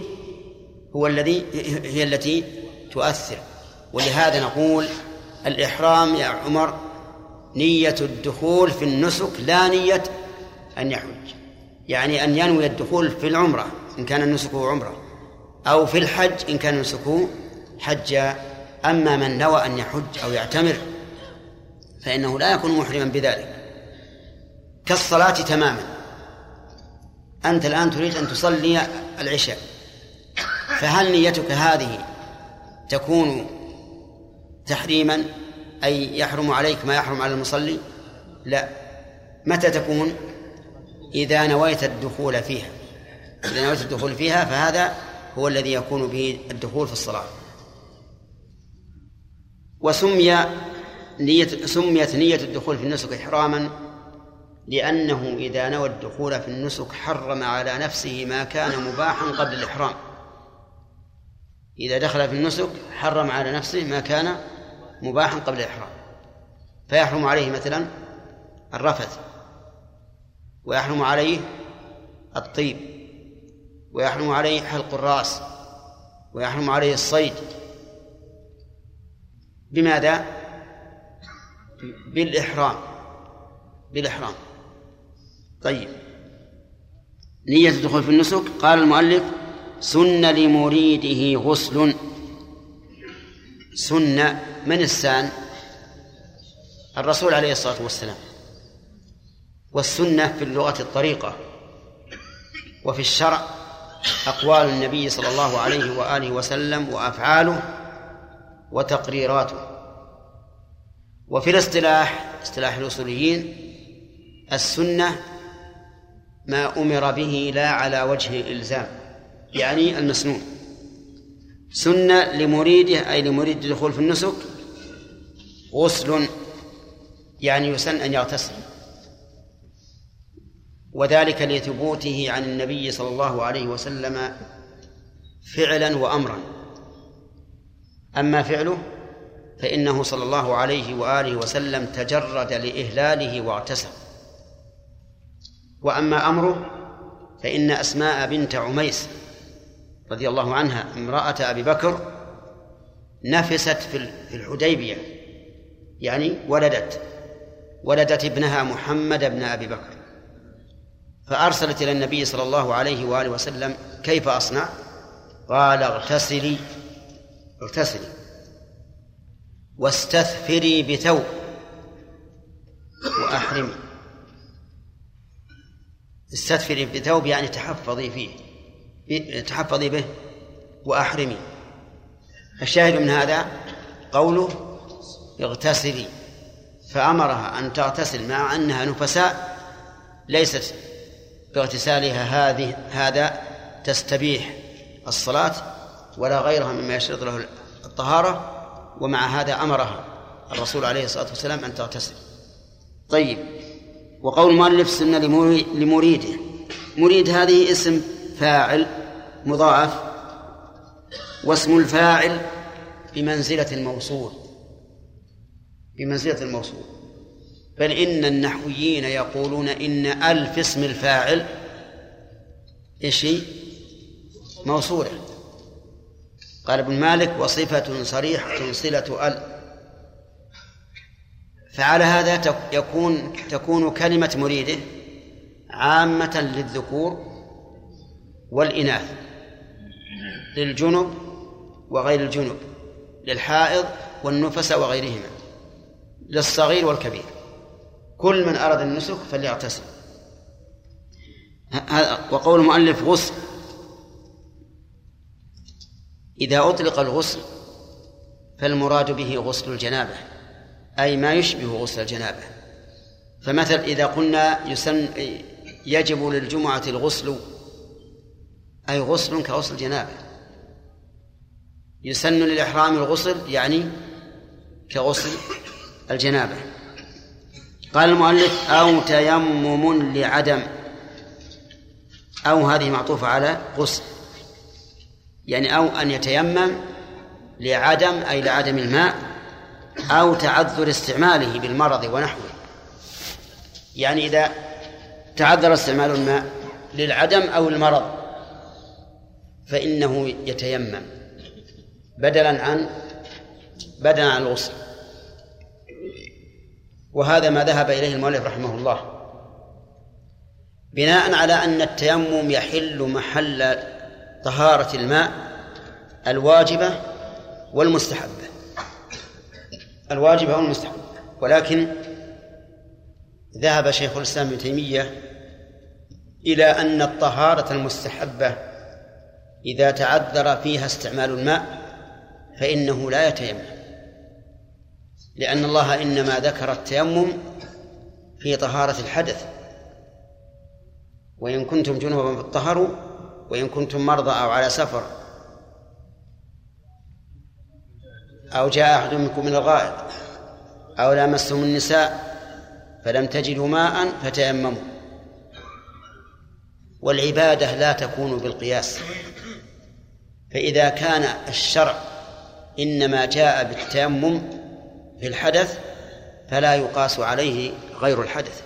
Speaker 1: هي التي تؤثر. ولهذا نقول الإحرام يا عمر نية الدخول في النسك، لا نية أن يحج، يعني أن ينوي الدخول في العمرة إن كان نسكه عمرة، أو في الحج إن كان نسكه حجا. أما من نوى أن يحج أو يعتمر فإنه لا يكون محرما بذلك. كالصلاة تماما، أنت الآن تريد أن تصلي العشاء، فهل نيتك هذه تكون تحريما أي يحرم عليك ما يحرم على المصلي؟ لا. متى تكون؟ إذا نويت الدخول فيها، إذا نويت الدخول فيها فهذا هو الذي يكون به الدخول في الصلاة. سميت نية الدخول في النسك إحراما لأنه إذا نوى الدخول في النسك حرم على نفسه ما كان مباحا قبل الإحرام. إذا دخل في النسك حرم على نفسه ما كان مباحا قبل الإحرام، فيحرم عليه مثلا الرفث، ويحرم عليه الطيب، ويحرم عليه حلق الرأس، ويحرم عليه الصيد. بماذا؟ بالإحرام. طيب، نية الدخول في النسك قال المؤلف سن لمريده غسل. سن من السان؟ الرسول عليه الصلاة والسلام. والسنة في اللغة الطريقة، وفي الشرع أقوال النبي صلى الله عليه وآله وسلم وأفعاله وتقريراته. وفي الاصطلاح، اصطلاح الأصوليين، السنة ما أمر به لا على وجه الإلزام، يعني المسنون. سنة لمريده أي لمريد الدخول في النسك غسل، يعني يسن أن يغتسل، وذلك لثبوته عن النبي صلى الله عليه وسلم فعلا وأمرا. أما فعله فإنه صلى الله عليه وآله وسلم تجرد لإهلاله واغتسل. وأما أمره فإن أسماء بنت عميس رضي الله عنها امرأة أبي بكر نفست في الحديبية، يعني ولدت ابنها محمد بن أبي بكر، فأرسلت إلى النبي صلى الله عليه وآله وسلم: كيف أصنع؟ قال: اغتسلي واستثفري بثوب وأحرمي. استثفري بثوب يعني تحفظي به وأحرمي. الشاهد من هذا قوله اغتسلي، فأمرها أن تغتسل مع أنها نفساء، ليست باغتسالها هذا تستبيح الصلاة ولا غيرها مما يشترط له الطهارة، ومع هذا أمرها الرسول عليه الصلاة والسلام أن تغتسل. طيب، وقول المؤلف: سن لمريده. مريد هذه اسم فاعل مضاعف، واسم الفاعل بمنزلة الموصول، بل إن النحويين يقولون إن ألف اسم الفاعل إيش موصولة. قال ابن مالك: وصفة صريحة صلة أل. فعلى هذا تكون كلمة مريده عامة للذكور والإناث، للجنب وغير الجنب، للحائض والنفس وغيرهما، للصغير والكبير، كل من أراد النسك فليغتسل. وقول المؤلف غسل، إذا أطلق الغسل فالمراد به غسل الجنابة، أي ما يشبه غسل الجنابة. فمثل إذا قلنا يجب للجمعة الغسل، أي غسل كغسل الجنابة. يسن للإحرام الغسل، يعني كغسل الجنابة. قال المؤلف: أو تيمم لعدم. أو هذه معطوفة على غسل، يعني أو أن يتيمم لعدم، أي لعدم الماء، أو تعذر استعماله بالمرض ونحوه. يعني إذا تعذر استعمال الماء للعدم أو المرض فإنه يتيمم بدلا عن الغسل. وهذا ما ذهب إليه المؤلف رحمه الله، بناء على أن التيمم يحل محل طهارة الماء الواجبة والمستحبة، ولكن ذهب شيخ الإسلام ابن تيمية إلى أن الطهارة المستحبة إذا تعذر فيها استعمال الماء فإنه لا يتيمم، لأن الله إنما ذكر التيمم في طهارة الحدث: وإن كنتم جنبا فاطهروا وإن كنتم مرضى أو على سفر أو جاء أحد منكم من الغائط أو لامستم النساء فلم تجدوا ماء فتيمموا. والعبادة لا تكون بالقياس، فإذا كان الشرع إنما جاء بالتيمم في الحدث فلا يقاس عليه غير الحدث،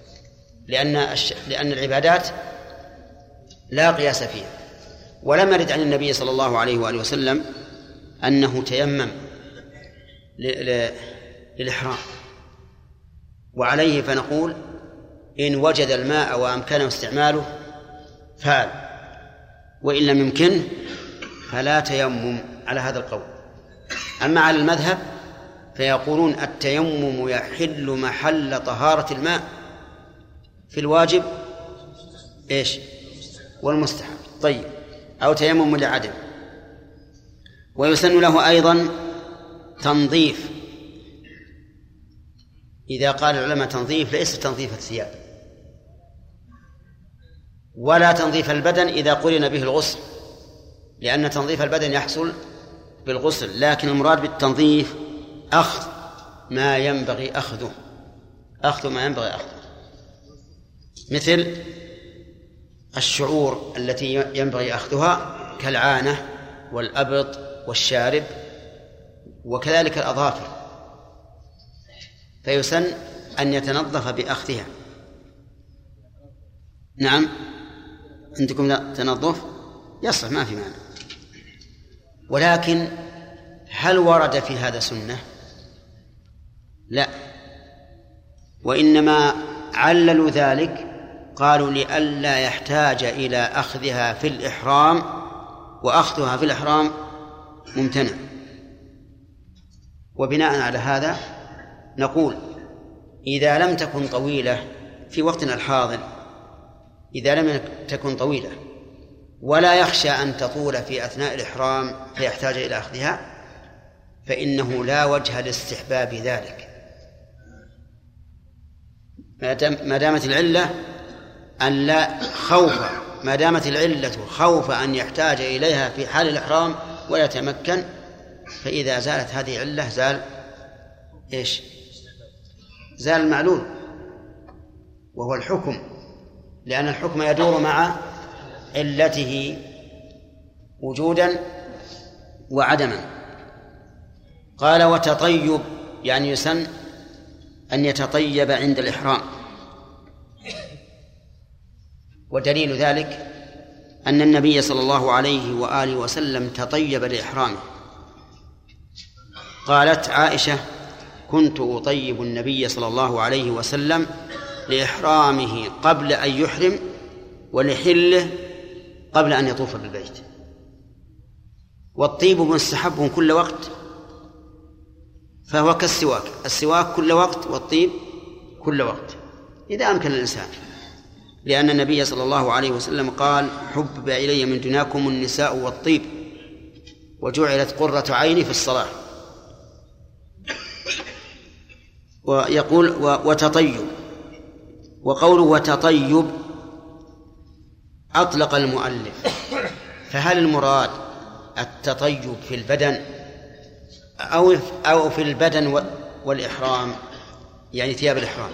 Speaker 1: لأن العبادات لا قياس فيها. ولم يرد عن النبي صلى الله عليه وآله وسلم أنه تيمم للإحرام، وعليه فنقول إن وجد الماء وأمكنه استعماله فعل، وإن لم يمكنه فلا تيمم على هذا القول. أما على المذهب فيقولون التيمم يحل محل طهارة الماء في الواجب والمستحب. طيب، أو تيمم لعدم. ويسن له أيضا تنظيف. إذا قال العلماء تنظيف ليس تنظيف الثياب ولا تنظيف البدن إذا قرن به الغسل، لأن تنظيف البدن يحصل بالغسل، لكن المراد بالتنظيف أخذ ما ينبغي أخذه، مثل الشعور التي ينبغي أخذها كالعانة والأبط والشارب، وكذلك الأظافر، فيسن أن يتنظف بأخذها. نعم، عندكم تنظف يصح، ما في معنى. ولكن هل ورد في هذا سنة؟ لا، وإنما عللوا ذلك، قالوا لئلا يحتاج إلى أخذها في الإحرام، وأخذها في الإحرام ممتنع. وبناء على هذا نقول إذا لم تكن طويلة في وقتنا الحاضر، إذا لم تكن طويلة ولا يخشى أن تطول في أثناء الإحرام فيحتاج إلى أخذها، فإنه لا وجه لاستحباب ذلك، ما دامت العلة أن لا خوف، ما دامت العلة خوف أن يحتاج إليها في حال الإحرام ولا يتمكن، فإذا زالت هذه العلة زال إيش؟ زال المعلول وهو الحكم، لأن الحكم يدور مع علته وجودا وعدما. قال وتطيب، يعني يسن أن يتطيب عند الإحرام. ودليل ذلك أن النبي صلى الله عليه وآله وسلم تطيب لإحرامه. قالت عائشة كنت أطيب النبي صلى الله عليه وسلم لإحرامه قبل أن يحرم ولحله قبل أن يطوف بالبيت. والطيب مستحب كل وقت، فهو كالسواك، السواك كل وقت والطيب كل وقت إذا أمكن الإنسان، لأن النبي صلى الله عليه وسلم قال حبب إلي من دنياكم النساء والطيب وجعلت قرة عيني في الصلاة. ويقول وتطيب، وقوله وتطيب أطلق المؤلف، فهل المراد التطيب في البدن أو في البدن والإحرام، يعني ثياب الإحرام؟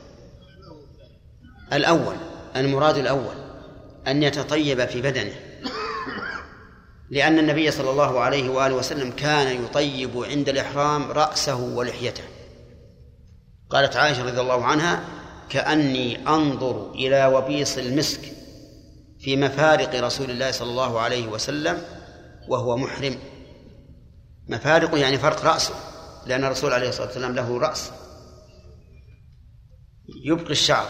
Speaker 1: الأول، المراد الأول أن يتطيب في بدنه، لأن النبي صلى الله عليه وآله وسلم كان يطيب عند الإحرام رأسه ولحيته. قالت عائشة رضي الله عنها كأني أنظر إلى وبيص المسك في مفارق رسول الله صلى الله عليه وسلم وهو محرم. مفارقه يعني فرق رأسه، لأن الرسول عليه الصلاة والسلام له رأس يبقي الشعر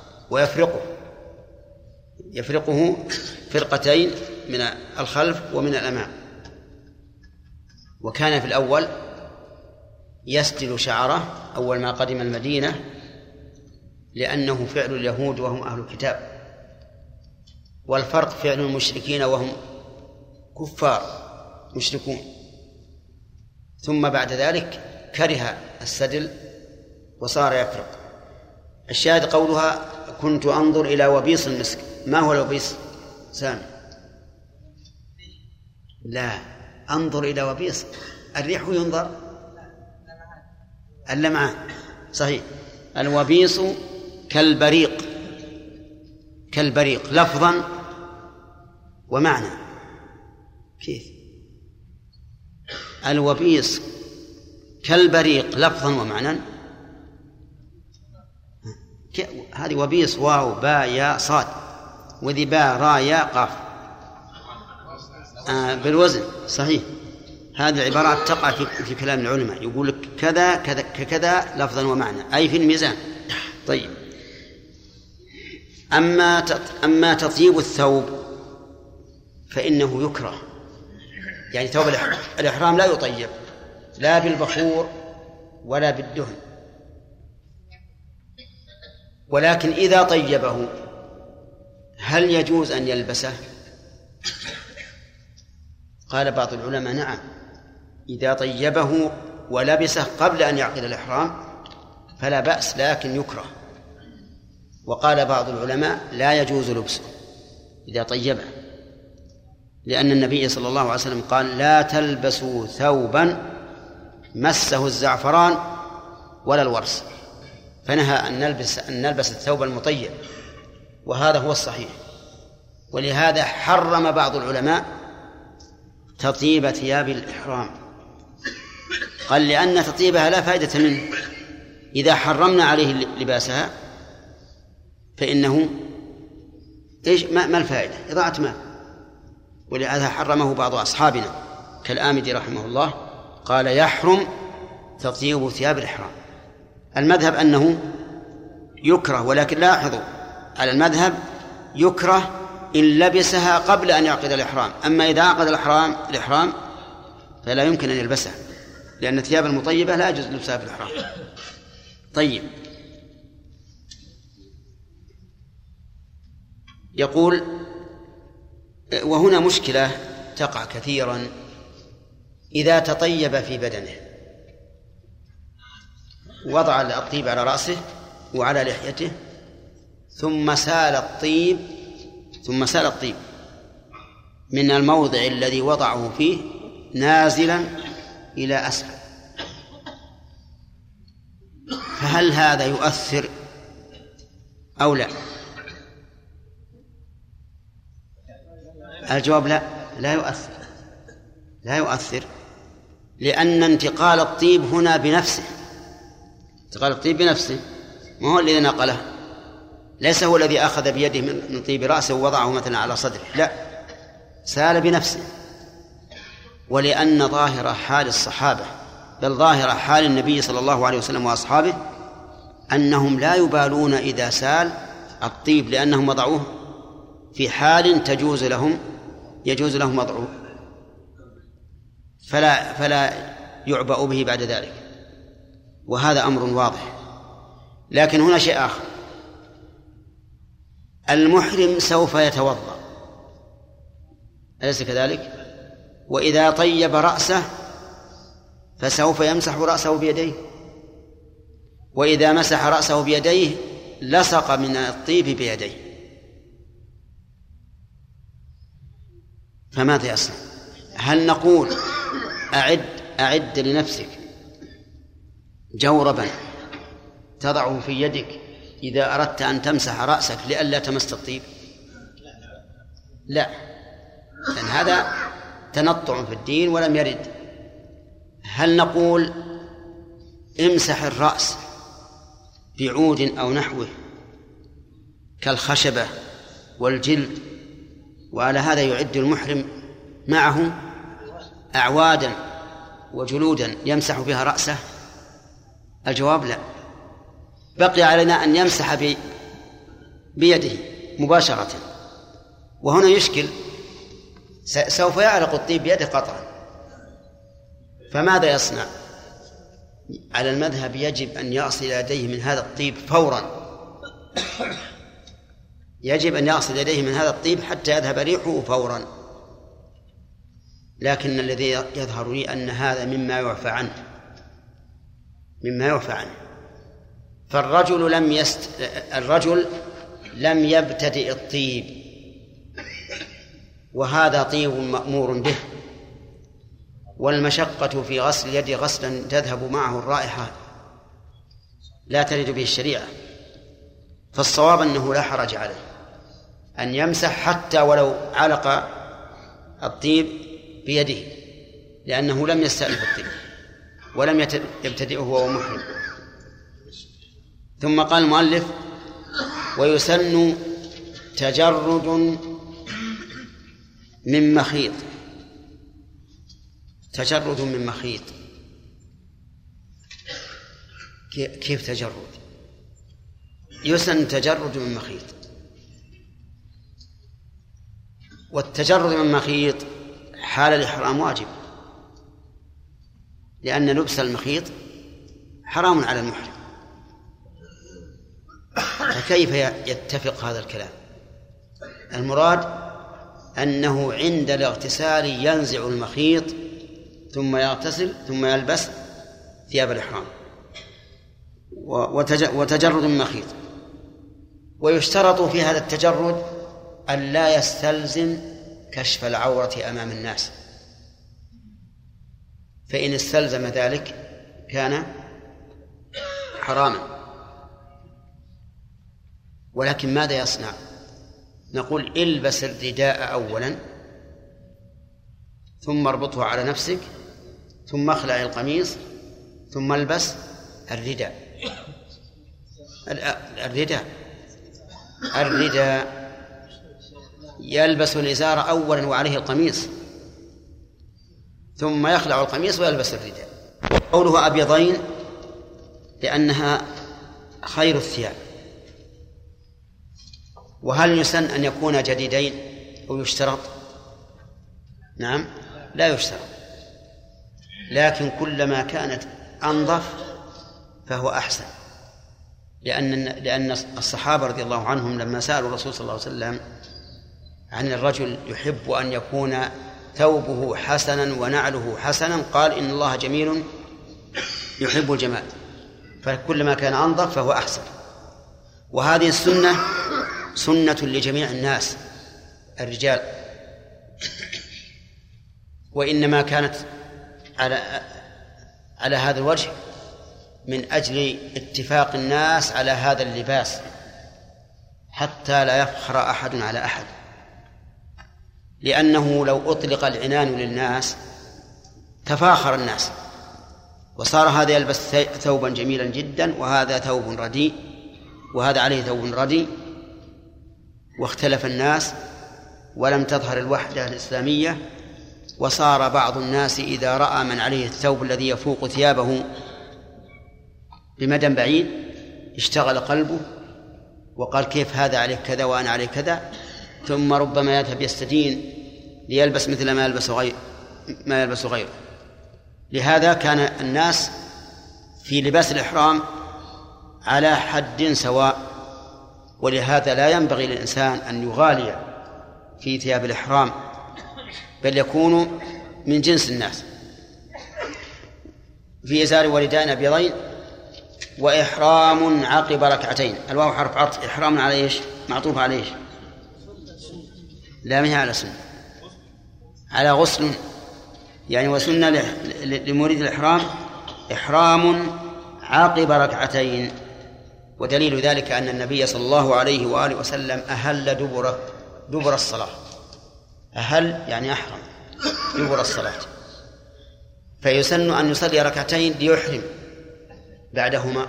Speaker 1: يفرقه فرقتين من الخلف ومن الأمام. وكان في الأول يسدل شعره أول ما قدم المدينة، لأنه فعل اليهود وهم أهل الكتاب، والفرق فعل المشركين وهم كفار مشركون. ثم بعد ذلك كره السدل وصار يفرق. الشاهد قولها كنت أنظر إلى وبيص المسك. ما هو الوبيص سامي؟ لا، أنظر إلى وبيص الريح ينظر، اللمعان صحيح. الوبيص كالبريق لفظا ومعنى. كيف الوبيص كالبريق لفظا ومعنى؟ هذه وبيص واو باء ياء صاد، وذي باء راء ياء قاف بالوزن صحيح. هذه العبارات تقع في كلام العلماء، يقول لك كذا كذا كذا لفظا ومعنى، أي في الميزان. طيب، أما تطيب الثوب فإنه يكره، يعني ثوب الإحرام لا يطيب لا بالبخور ولا بالدهن، ولكن إذا طيبه هل يجوز أن يلبسه؟ قال بعض العلماء نعم، إذا طيبه ولبسه قبل أن يعقد الإحرام فلا بأس، لكن يكره. وقال بعض العلماء لا يجوز لبسه إذا طيبه، لأن النبي صلى الله عليه وسلم قال لا تلبسوا ثوبا مسه الزعفران ولا الورس، فنهى أن نلبس الثوب المطيب، وهذا هو الصحيح. ولهذا حرم بعض العلماء تطيب ثياب الإحرام، قال لأن تطيبها لا فائدة منه، إذا حرمنا عليه لباسها فإنه إيش ما الفائدة؟ إضاعة مال. ولهذا حرمه بعض أصحابنا كالآمدي رحمه الله، قال يحرم تطيب ثياب الإحرام. المذهب أنه يكره، ولكن لاحظوا على المذهب يكره إن لبسها قبل أن يعقد الإحرام. أما إذا عقد الإحرام فلا يمكن أن يلبسها، لأن الثياب المطيبة لا يجوز لبسها في الإحرام. طيب، يقول وهنا مشكلة تقع كثيرا: إذا تطيب في بدنه، وضع الطيب على رأسه وعلى لحيته، ثم سال الطيب من الموضع الذي وضعه فيه نازلا إلى أسفل، فهل هذا يؤثر أو لا؟ الجواب لا، لا يؤثر، لأن انتقال الطيب هنا بنفسه، ما هو الذي نقله، ليس هو الذي أخذ بيده من طيب رأسه ووضعه مثلا على صدره، لا، سال بنفسه. ولأن ظاهر حال الصحابة، بل ظاهر حال النبي صلى الله عليه وسلم وأصحابه، أنهم لا يبالون إذا سال الطيب، لأنهم وضعوه في حال يجوز لهم وضعه، فلا يعبأ به بعد ذلك، وهذا أمر واضح. لكن هنا شيء آخر: المحرم سوف يتوضأ، أليس كذلك؟ وإذا طيب رأسه فسوف يمسح رأسه بيديه، وإذا مسح رأسه بيديه لصق من الطيب بيديه، فماذا يصنع؟ هل نقول أعد لنفسك جوربا تضعه في يدك إذا أردت أن تمسح رأسك لئلا تمس الطيب؟ لا، لأن هذا تنطع في الدين ولم يرد. هل نقول امسح الرأس بعود أو نحوه كالخشبة والجلد، وعلى هذا يعد المحرم معه أعوادا وجلودا يمسح بها رأسه؟ الجواب لا، بقي علينا أن يمسح بيده مباشرة. وهنا يشكل، سوف يعلق الطيب بيده قطعا، فماذا يصنع؟ على المذهب يجب أن يغسل يديه من هذا الطيب فورا، يجب أن يغسل يديه من هذا الطيب حتى يذهب ريحه فورا. لكن الذي يظهر لي أن هذا مما يعفى عنه، فالرجل لم يبتدئ الطيب، وهذا طيب مأمور به، والمشقة في غسل اليد غسلا تذهب معه الرائحة لا ترد به الشريعة، فالصواب أنه لا حرج عليه أن يمسح حتى ولو علق الطيب بيده، لأنه لم يستأنف الطيب ولم يبتدئه وهو محرم. ثم قال المؤلف: ويسن تجرد من مخيط. تجرد من مخيط، كيف تجرد؟ يسن تجرد من مخيط، والتجرد من مخيط حال الإحرام واجب، لأن لبس المخيط حرام على المحرم، فكيف يتفق هذا الكلام؟ المراد أنه عند الاغتسال ينزع المخيط ثم يغتسل ثم يلبس ثياب الإحرام، وتجرد من مخيط. ويشترط في هذا التجرد أن لا يستلزم كشف العورة أمام الناس، فإن استلزم ذلك كان حراما. ولكن ماذا يصنع؟ نقول: البس الرداء أولا، ثم اربطه على نفسك، ثم اخلع القميص، ثم البس الرداء يلبس الإزار أولا وعليه القميص، ثم يخلع القميص ويلبس الرداء. قوله أبيضين لأنها خير الثياب. وهل يسن أن يكون جديدين أو يشترط؟ نعم، لا يشترط، لكن كلما كانت أنظف فهو أحسن، لأن الصحابة رضي الله عنهم لما سألوا الرسول صلى الله عليه وسلم عن الرجل يحب أن يكون ثوبه حسنا ونعله حسنا، قال إن الله جميل يحب الجمال، فكلما كان أنظف فهو أحسن. وهذه السنة سنة لجميع الناس الرجال، وإنما كانت على هذا الوجه من أجل اتفاق الناس على هذا اللباس حتى لا يفخر أحد على أحد، لأنه لو أطلق العنان للناس تفاخر الناس وصار هذا يلبس ثوبا جميلا جدا وهذا ثوب رديء وهذا عليه ثوب رديء، واختلف الناس ولم تظهر الوحدة الإسلامية، وصار بعض الناس إذا رأى من عليه الثوب الذي يفوق ثيابه بمدى بعيد اشتغل قلبه وقال كيف هذا عليه كذا وأنا عليه كذا، ثم ربما يذهب يستدين ليلبس مثل ما يلبس غيره. لهذا كان الناس في لباس الإحرام على حد سواء، ولهذا لا ينبغي للإنسان أن يغالي في ثياب الإحرام، بل يكون من جنس الناس. في إزار ورداء أبيضين وإحرام عقب ركعتين. الواو حرف عطف، إحرام على إيش؟ معطوف على إيش؟ لا، ما هي على سنة، على غسل، يعني وسنة لمريد الإحرام إحرام عقب ركعتين. ودليل ذلك أن النبي صلى الله عليه وآله وسلم أهل دبر الصلاة. أهل يعني أحرم دبر الصلاة، فيسن أن يصلي ركعتين ليحرم بعدهما.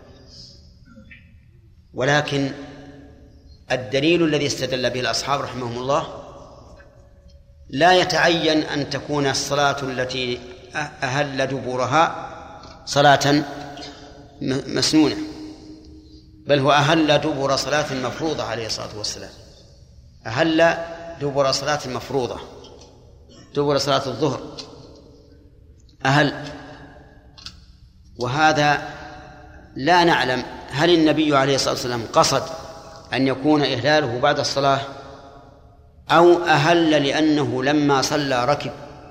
Speaker 1: ولكن الدليل الذي استدل به الأصحاب رحمهم الله لا يتعين أن تكون الصلاة التي أهل دبرها صلاة مسنونة، بل هو أهل دبر صلاة مفروضة عليه الصلاة والسلام، أهل دبر صلاة مفروضة، دبر صلاة الظهر أهل. وهذا لا نعلم هل النبي عليه الصلاة والسلام قصد أن يكون إهلاله بعد الصلاة أو أهل لأنه لما صلى ركب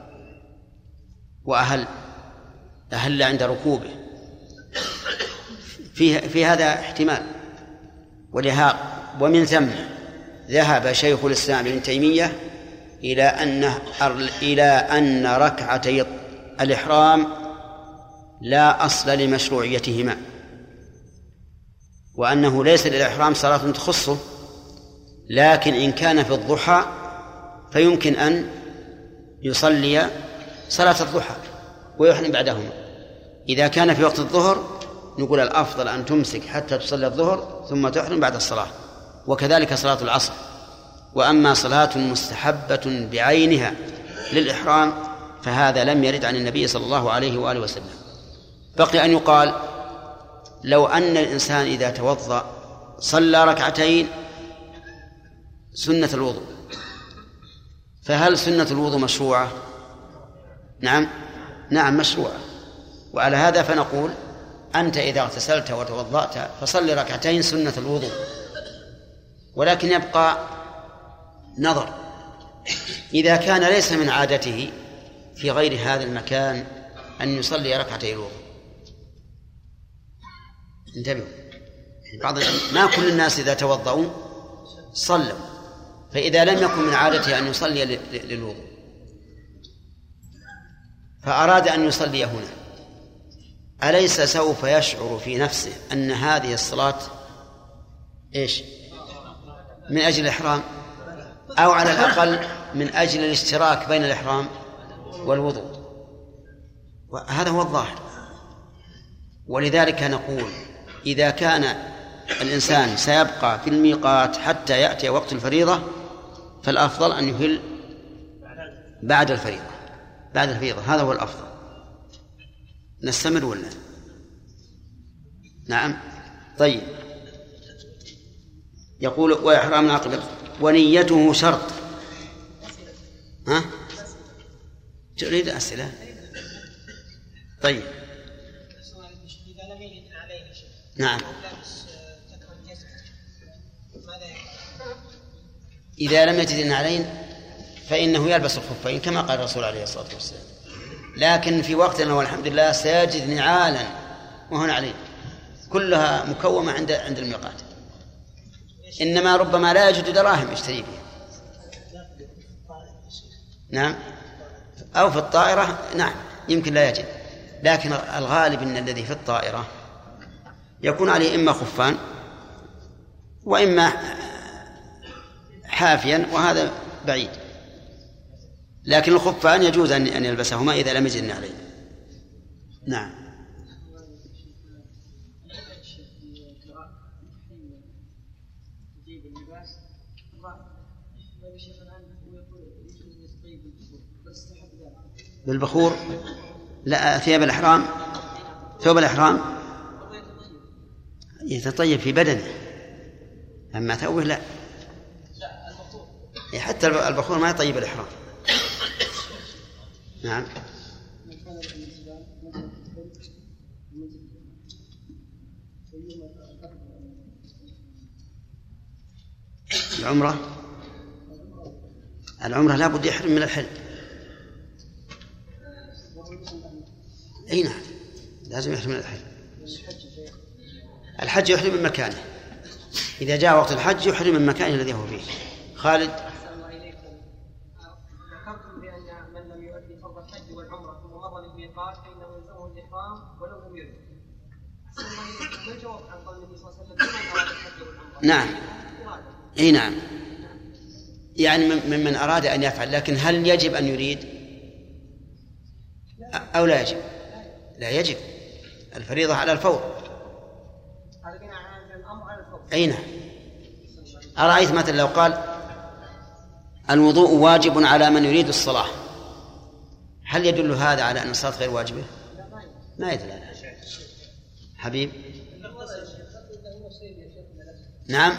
Speaker 1: وأهل عند ركوبه. في هذا احتمال. ومن ثم ذهب شيخ الإسلام ابن تيمية إلى أن ركعتي الإحرام لا أصل لمشروعيتهما، وأنه ليس للإحرام صلاة تخصه، لكن إن كان في الضحى فيمكن أن يصلي صلاة الضحى ويحرم بعدهما. إذا كان في وقت الظهر نقول الأفضل أن تمسك حتى تصلي الظهر ثم تحرم بعد الصلاة، وكذلك صلاة العصر. وأما صلاة مستحبة بعينها للإحرام فهذا لم يرد عن النبي صلى الله عليه وآله وسلم. بقي أن يقال لو أن الإنسان إذا توضأ صلى ركعتين سنة الوضوء، فهل سنة الوضوء مشروعة؟ نعم مشروعة. وعلى هذا فنقول أنت إذا اغتسلت وتوضأت فصل ركعتين سنة الوضوء. ولكن يبقى نظر إذا كان ليس من عادته في غير هذا المكان أن يصلي ركعتي الوضوء. انتبهوا، ما كل الناس إذا توضأوا صلوا، فإذا لم يكن من عادته أن يصلي للوضوء فأراد أن يصلي هنا، أليس سوف يشعر في نفسه أن هذه الصلاة إيش؟ من أجل الإحرام، أو على الأقل من أجل الاشتراك بين الإحرام والوضوء؟ وهذا هو الظاهر. ولذلك نقول إذا كان الإنسان سيبقى في الميقات حتى يأتي وقت الفريضة فالأفضل أن يهل بعد الفريضة، بعد الفريضة، هذا هو الأفضل. نستمر ولا؟ نعم. طيب، يقول وإحرام العقد ونيته شرط. ها؟ تريد أسئلة؟ طيب. نعم. إذا لم يجد النعلين فإنه يلبس الخفين كما قال الرسول عليه الصلاة والسلام، لكن في وقتنا والحمد لله سيجد نعالا وهو نعلين كلها مكومة عند الميقات، إنما ربما لا يجد دراهم يشتري بها. نعم، أو في الطائرة نعم يمكن لا يجد، لكن الغالب أن الذي في الطائرة يكون عليه إما خفان وإما حافيا، وهذا بعيد، لكن الخفان يجوز أن يلبسهما إذا لم يجد عليه. نعم. بالبخور؟ لا، ثياب الإحرام، ثوب الإحرام يتطيب في بدنه، أما ثوبه لا. حتى البخور ما يطيب الإحرام. نعم. العمرة لا بد يحرم من الحل. أي نعم، لازم يحرم من الحل. الحج يحرم من مكانه، إذا جاء وقت الحج يحرم من مكانه الذي هو فيه. خالد.
Speaker 2: أحسن الله إليكم. ذكرتم بأن من لم يؤدي فرض الحج والعمرة ثم مر بالميقات فإنه يلزمه الإحرام ولو لم يرد. أحسن الله إليكم، ما الجواب عن قول النبي صلى الله عليه وسلم لمن أراد الحج والعمرة؟
Speaker 1: نعم. أي نعم، يعني ممن أراد أن يفعل، لكن هل يجب أن يريد أو لا يجب؟ لا يجب، الفريضة على الفور. أي نعم. أرأيت مثلا لو قال الوضوء واجب على من يريد الصلاة، هل يدل هذا على أن الصلاة غير واجبة؟ ما يدل على هذا. حبيب. نعم.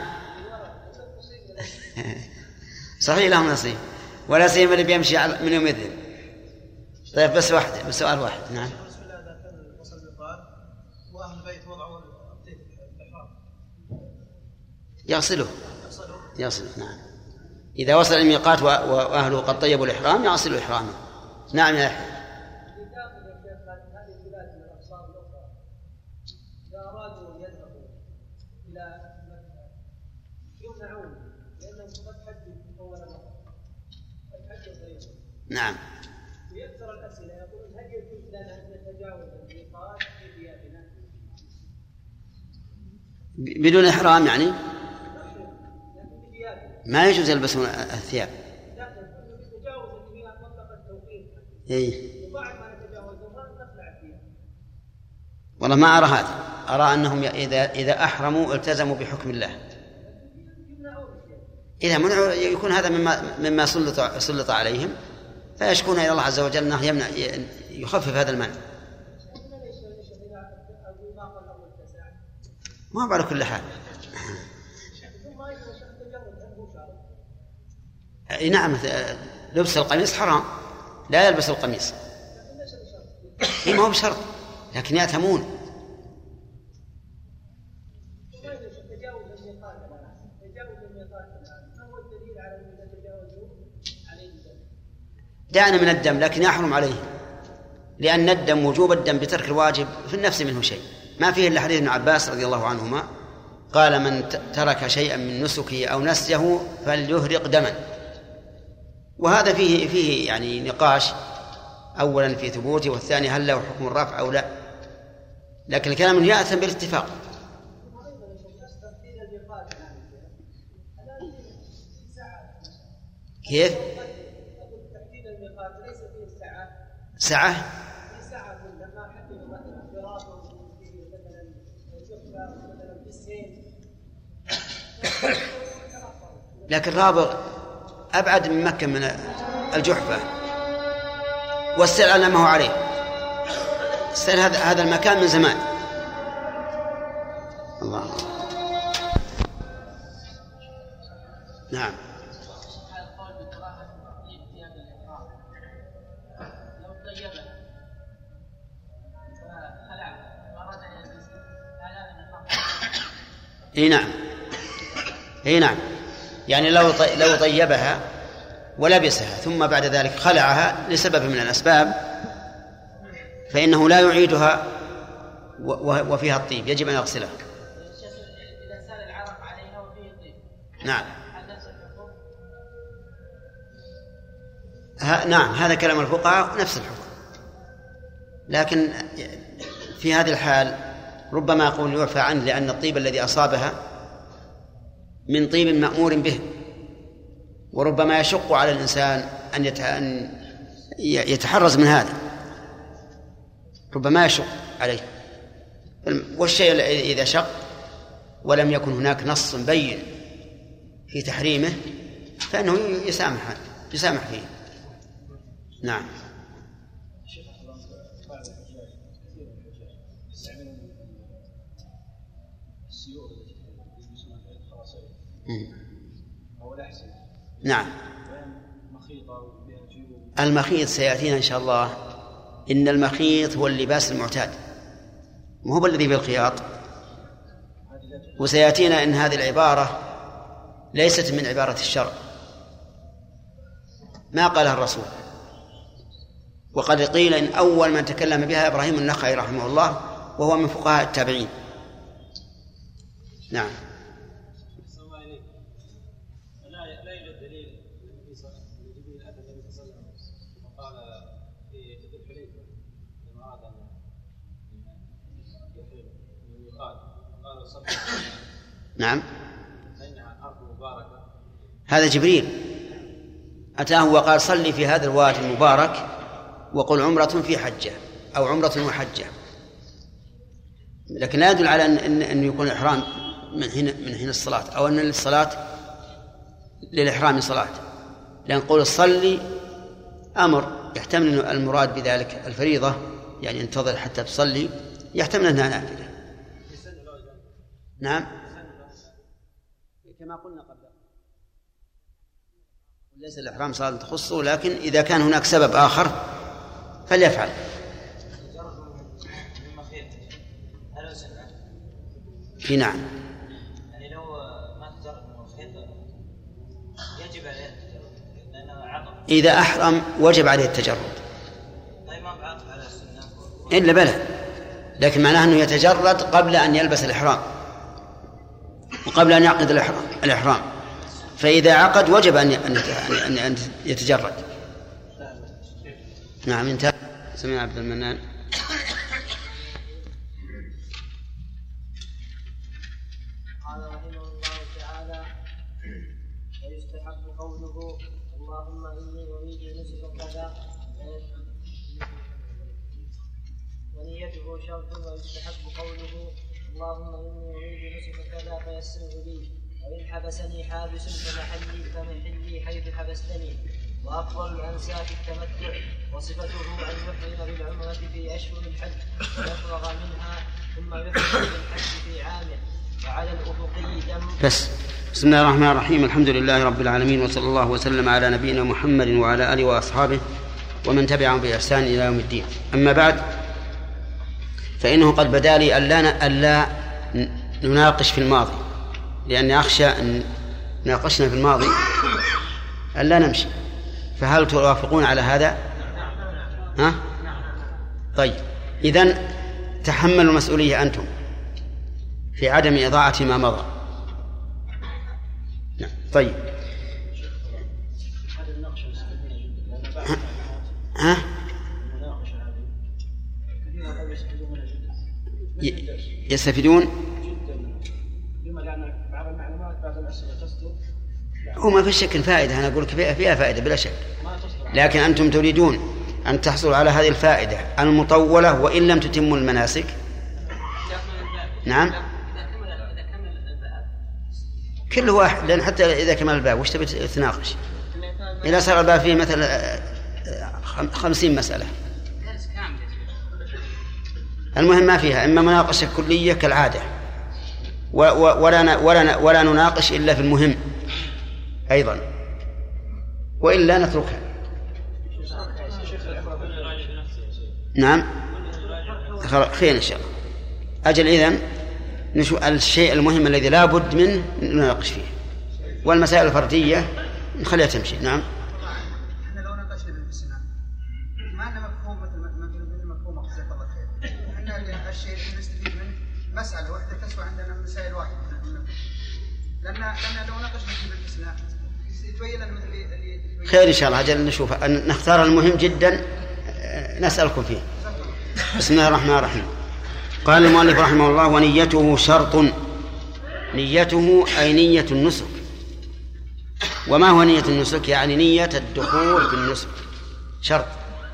Speaker 1: صحيح لهم نصيب، ولا سيما اللي بيمشي من يوم يذهب. طيب بس واحدة، بس سؤال واحد. نعم. يغسله. نعم، إذا وصل الميقات وأهله قد طيبوا الإحرام يغسلوا إحرامه. نعم يا أحمد. نعم.
Speaker 9: ويكثر الأسئلة يقولون هل يجوز لنا أن نتجاوز الميقات في ثيابنا
Speaker 1: بدون إحرام؟ يعني ما يجوز يلبسون الثياب. والله ما أرى هذا، أرى أنهم إذا أحرموا التزموا بحكم الله. إذا منعوا يكون هذا مما سلط عليهم، فيشكون إلى الله عز وجل أنه يمنع يخفف هذا المنع. ما على كل حال. نعم، لبس القميص حرام، لا يلبس القميص. ما هو بشرط، لكن يأثمون. دعنا من الدم، لكن يحرم عليه، لأن الدم وجوب الدم بترك الواجب في النفس منه شيء، ما فيه إلا حديث ابن عباس رضي الله عنهما قال من ترك شيئا من نسكه أو نسيه فليهرق دما. وهذا فيه يعني نقاش، أولا في ثبوته، والثاني هل له حكم الرفع أو لا، لكن الكلام يأثم بالاتفاق. كيف؟ ساعة؟ لكن رابغ أبعد من مكة من الجحفة. والسيل على ما هو عليه. السيل هذا المكان من زمان. الله. نعم. اي نعم يعني لو طيبها ولبسها ثم بعد ذلك خلعها لسبب من الأسباب فإنه لا يعيدها وفيها الطيب، يجب أن يغسلها.
Speaker 8: إذا سال العرق عليها وفيه طيب.
Speaker 1: نعم. نعم هذا كلام الفقهاء نفس الحكم، لكن في هذه الحال ربما يقول يعفى عنه لأن الطيب الذي أصابها من طيب مأمور به، وربما يشق على الإنسان أن يتحرز من هذا، ربما يشق عليه. والشيء إذا شق ولم يكن هناك نص بين في تحريمه فإنه يسامح فيه. نعم. نعم. المخيط سيأتينا إن شاء الله. إن المخيط هو اللباس المعتاد، ما هو الذي بالخياط. وسيأتينا إن هذه العبارة ليست من عبارة الشرع، ما قالها الرسول، وقد قيل إن أول من تكلم بها إبراهيم النخعي رحمه الله وهو من فقهاء التابعين. نعم. نعم. هذا جبريل أتاه وقال صلي في هذا الوادي المبارك وقل عمرة في حجة أو عمرة وحجة، لكن لا يدل على أن يكون الإحرام من حين الصلاة، أو أن الصلاة للإحرام صلاة، لأن قول صلي أمر يحتمل المراد بذلك الفريضة، يعني انتظر حتى تصلي، يحتمل أنها نافلة. نعم كما قلنا قبل، ليس الإحرام صلاة تخصه، لكن إذا كان هناك سبب آخر فليفعل. في نعم.
Speaker 10: يعني لو ما تجرد من الخيط يجب عليه التجرد لأنه عقب.
Speaker 1: إذا أحرم وجب عليه التجرد.
Speaker 10: طيب ما بعطف على السنة.
Speaker 1: إلا بلى، لكن معناه أنه يتجرد قبل أن يلبس الإحرام وقبل أن يعقد الإحرام، فإذا عقد وجب أن يتجرد. نعم. انتهى. سمع عبد المنان.
Speaker 11: قال رحمه الله تعالى: ويستحب قوله اللهم إني أريد نسك كذا، ونيته شرط. ويستحب قوله اللهم إني أريد نسك كذا فيسره لي، وإن حبسني حابس فمحلي حيث حبستني. وأفضل الأنساك التمتع، وصفته أن يحرم بالعمرة في أشهر الحج ويفرغ منها ثم يحرم بالحج في عامه. وعلى الأفقي دم.
Speaker 1: بس. بسم الله الرحمن الرحيم. الحمد لله رب العالمين، وصلى الله وسلم على نبينا محمد وعلى آله وأصحابه ومن تبعهم بإحسان إلى يوم الدين. أما بعد، فإنه قد بدا لي ألا نناقش في الماضي، لأني أخشى أن ناقشنا في الماضي ألا نمشي. فهل توافقون على هذا؟ ها؟ طيب، إذن تحملوا المسؤولية أنتم في عدم إضاعة ما مضى. طيب. ها؟ يستفيدون؟ وما في شك فائدة، أنا أقول فيها فائدة بلا شك، لكن أنتم تريدون أن تحصلوا على هذه الفائدة المطولة وإن لم تتموا المناسك. نعم. كل واحد، لأن حتى إذا كمل الباب وش تبي تناقش؟ إذا صار الباب فيه مثل 50 مسألة. المهم ما فيها إما مناقشة كلية كالعادة ولا نناقش إلا في المهم أيضا، وإلا نتركها. نعم خير إن شاء الله. أجل إذن نشوف الشيء المهم الذي لا بد منه نناقش فيه، والمسائل الفردية نخليها تمشي. نعم.
Speaker 12: احنا لو ناقشنا بالسنة ما أن مفهوم مثل مفهوم جزاك الله خير، احنا الشيء اللي نستفيد منه مسألة واحدة تسوى عندنا مسائل واحدة، لأن لو ناقشنا بالسنة يتبين لنا مثل
Speaker 1: خير إن شاء الله. أجل نشوف نختار المهم جدا نسألكم فيه. بسم الله الرحمن الرحيم. قال المؤلف رحمه الله: ونيته شرط. نيته أي نية النسك. وما هو نية النسك؟ يعني نية الدخول في النسك شرط،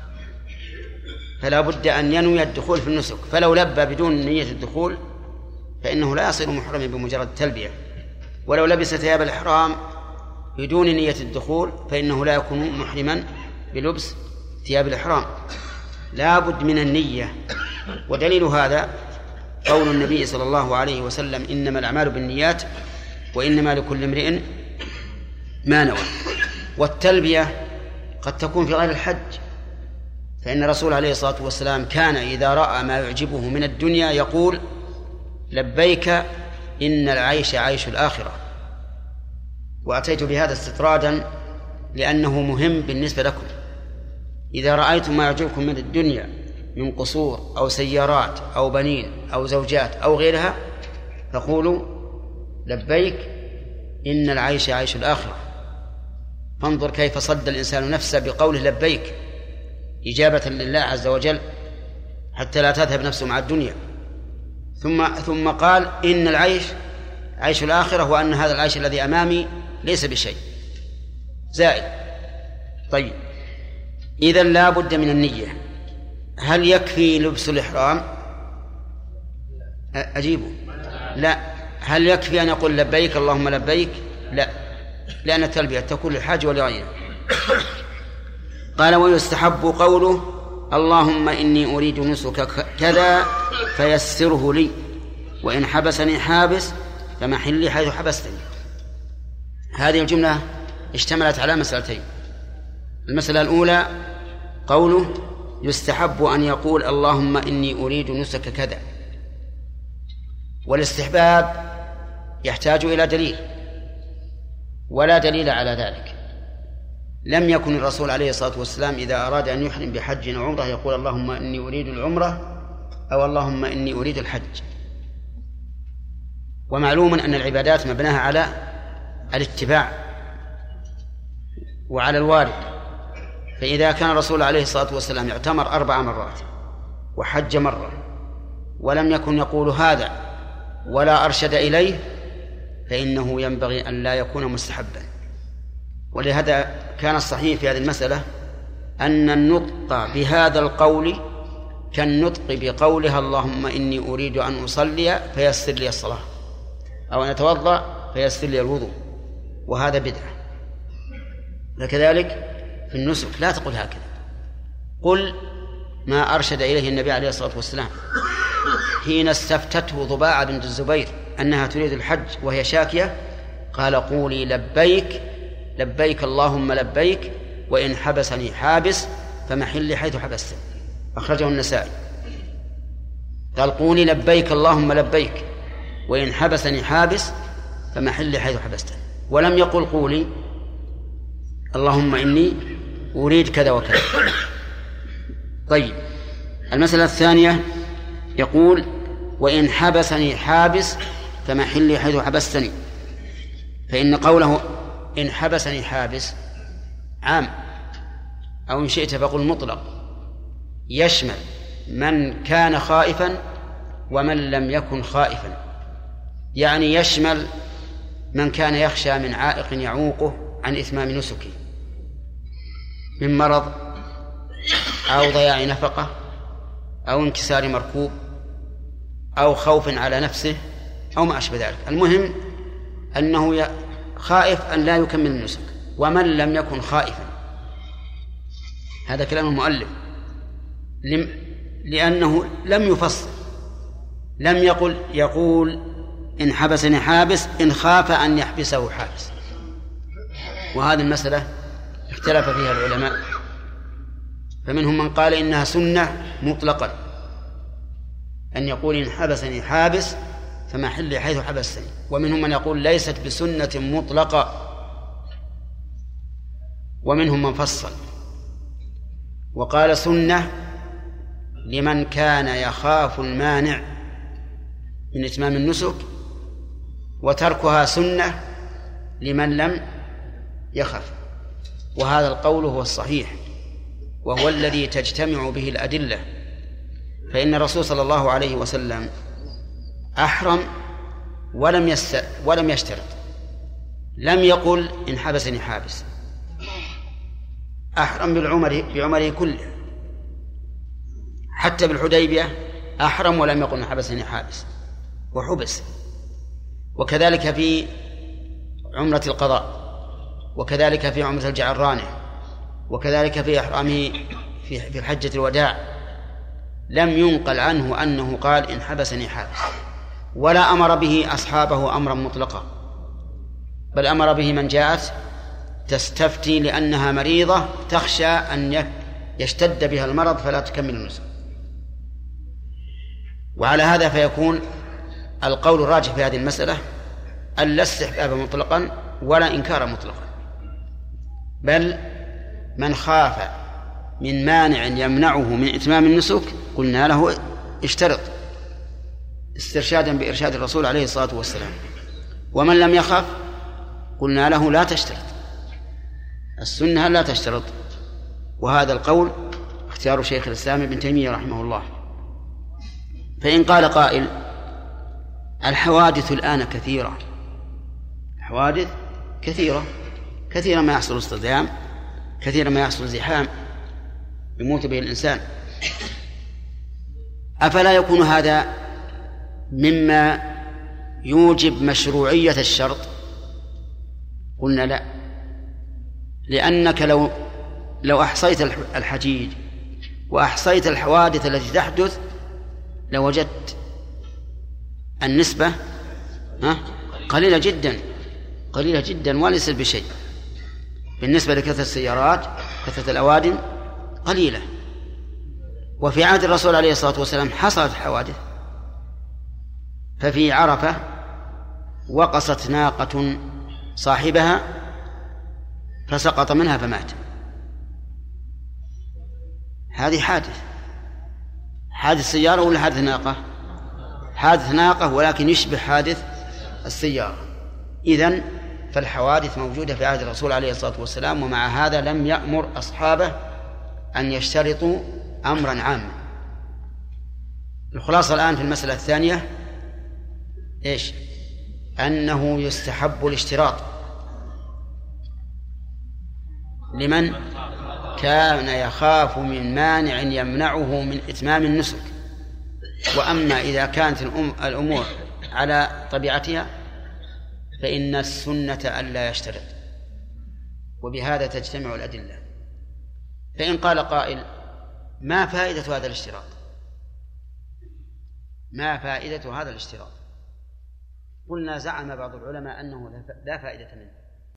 Speaker 1: فلا بد أن ينوي الدخول في النسك، فلو لبى بدون نية الدخول فإنه لا يصير محرما بمجرد التلبية، ولو لبس ثياب الإحرام بدون نية الدخول فإنه لا يكون محرما بلبس ثياب الإحرام. لا بد من النية. ودليل هذا قول النبي صلى الله عليه وسلم: إنما الأعمال بالنيات وإنما لكل امرئ ما نوى. والتلبية قد تكون في غير الحج، فإن الرسول عليه الصلاة والسلام كان إذا رأى ما يعجبه من الدنيا يقول: لبيك إن العيش عيش الآخرة. وأتيت بهذا استطرادا لأنه مهم بالنسبة لكم. إذا رأيتم ما يعجبكم من الدنيا من قصور أو سيارات أو بنين أو زوجات أو غيرها فقولوا: لبيك إن العيش عيش الآخرة. فانظر كيف صد الإنسان نفسه بقوله لبيك إجابة لله عز وجل حتى لا تذهب نفسه مع الدنيا. ثم قال: إن العيش عيش الآخرة، وأن هذا العيش الذي أمامي ليس بشيء زائد. طيب، إذن لا بد من النية. هل يكفي لبس الإحرام؟ أجيبه لا. هل يكفي أن يقول لبيك اللهم لبيك؟ لا، لأن التلبية تكون للحاج ولغيره. قال: ويستحب قوله: اللهم إني أريد نسك كذا فيسره لي، وإن حبسني حابس فمحلي حيث حبستني. هذه الجملة اشتملت على مسألتين. المسألة الأولى قوله: يستحب أن يقول اللهم إني أريد نسك كذا، والاستحباب يحتاج إلى دليل، ولا دليل على ذلك. لم يكن الرسول عليه الصلاة والسلام إذا أراد أن يحرم بحج أو عمرة يقول اللهم إني أريد العمرة أو اللهم إني أريد الحج. ومعلوم أن العبادات مبناها على الاتباع وعلى الوارد. فإذا كان الرسول عليه الصلاة والسلام اعتمر 4 مرات وحج مرة ولم يكن يقول هذا ولا أرشد إليه فإنه ينبغي أن لا يكون مستحبا. ولهذا كان الصحيح في هذه المسألة أن النطق بهذا القول كالنطق بقولها اللهم إني أريد أن أصلي فيسر لي الصلاة، أو أن أتوضأ فيسر لي الوضوء، وهذا بدعة. وكذلك في النسك لا تقول هكذا، قل ما أرشد إليه النبي عليه الصلاة والسلام حين استفتته ضباعة بنت الزبير أنها تريد الحج وهي شاكية، قال قولي لبيك لبيك اللهم لبيك وإن حبسني حابس فمحلي حيث حبستني. أخرجه النسائي. قال قولي لبيك اللهم لبيك وإن حبسني حابس فمحلي حيث حبستني، ولم يقل قولي اللهم إني أريد كذا وكذا. طيب، المسألة الثانية يقول وإن حبسني حابس فمحلي حيث حبستني، فإن قوله إن حبسني حابس عام، أو إن شئت فقل مطلق، يشمل من كان خائفا ومن لم يكن خائفا. يعني يشمل من كان يخشى من عائق يعوقه عن إتمام نسكه من مرض أو ضياع نفقة أو انكسار مركوب أو خوف على نفسه أو ما أشبه ذلك. المهم أنه خائف أن لا يكمل النسك. ومن لم يكن خائفا هذا كلام المؤلف، لأنه لم يفصل، لم يقول إن حبسني حابس إن خاف أن يحبسه حابس. وهذه المسألة اختلف فيها العلماء، فمنهم من قال إنها سنة مطلقا، أن يقول إن حبسني حابس فمحلي حيث حبستني، ومنهم من يقول ليست بسنة مطلقة، ومنهم من فصل وقال سنة لمن كان يخاف المانع من إتمام النسك، وتركها سنة لمن لم يخف. وهذا القول هو الصحيح، وهو الذي تجتمع به الأدلة، فإن الرسول صلى الله عليه وسلم أحرم ولم يشترط، لم يقل إن حبسني حابس، أحرم بعمره كله، حتى بالحديبية أحرم ولم يقل إن حبسني حابس وحبس، وكذلك في عمرة القضاء، وكذلك في عمرة الجعرانة، وكذلك في إحرامه في حجة الوداع، لم ينقل عنه أنه قال إن حبسني حابس، ولا أمر به أصحابه أمرا مطلقا، بل أمر به من جاءت تستفتي لأنها مريضة تخشى أن يشتد بها المرض فلا تكمل النسك. وعلى هذا فيكون القول الراجح في هذه المسألة أن لا استحباب مطلقا ولا إنكار مطلقا، بل من خاف من مانع يمنعه من إتمام النسك قلنا له اشترط، استرشادا بإرشاد الرسول عليه الصلاة والسلام، ومن لم يخف قلنا له لا تشترط، السنة لا تشترط. وهذا القول اختيار شيخ الإسلام ابن تيمية رحمه الله. فإن قال قائل الحوادث الآن كثيرة، الحوادث كثيرة ما يحصل اصطدام، كثيرا ما يحصل زحام يموت به الإنسان، أفلا يكون هذا مما يوجب مشروعية الشرط؟ قلنا لا، لأنك لو أحصيت الحجيج وأحصيت الحوادث التي تحدث لوجدت النسبة قليلة جدا وليست بشيء بالنسبة لكثرة السيارات، كثرة الأوادم قليلة. وفي عهد الرسول عليه الصلاة والسلام حصلت حوادث، ففي عرفة وقصت ناقة صاحبها فسقط منها فمات. هذه حادث سيارة ولا حادث ناقة؟ حادث ناقة، ولكن يشبه حادث السيارة. إذن فالحوادث موجودة في عهد الرسول عليه الصلاة والسلام، ومع هذا لم يأمر أصحابه أن يشترطوا أمرا عاما. الخلاصة الآن في المسألة الثانية إيش؟ أنه يستحب الاشتراط لمن كان يخاف من مانع يمنعه من إتمام النسك. وأما إذا كانت الأمور على طبيعتها فإن السنة ألا يشترط، وبهذا تجتمع الأدلة. فإن قال قائل ما فائدة هذا الاشتراط؟ ما فائدة هذا الاشتراط؟ قلنا زعم بعض العلماء أنه لا فائدة منه،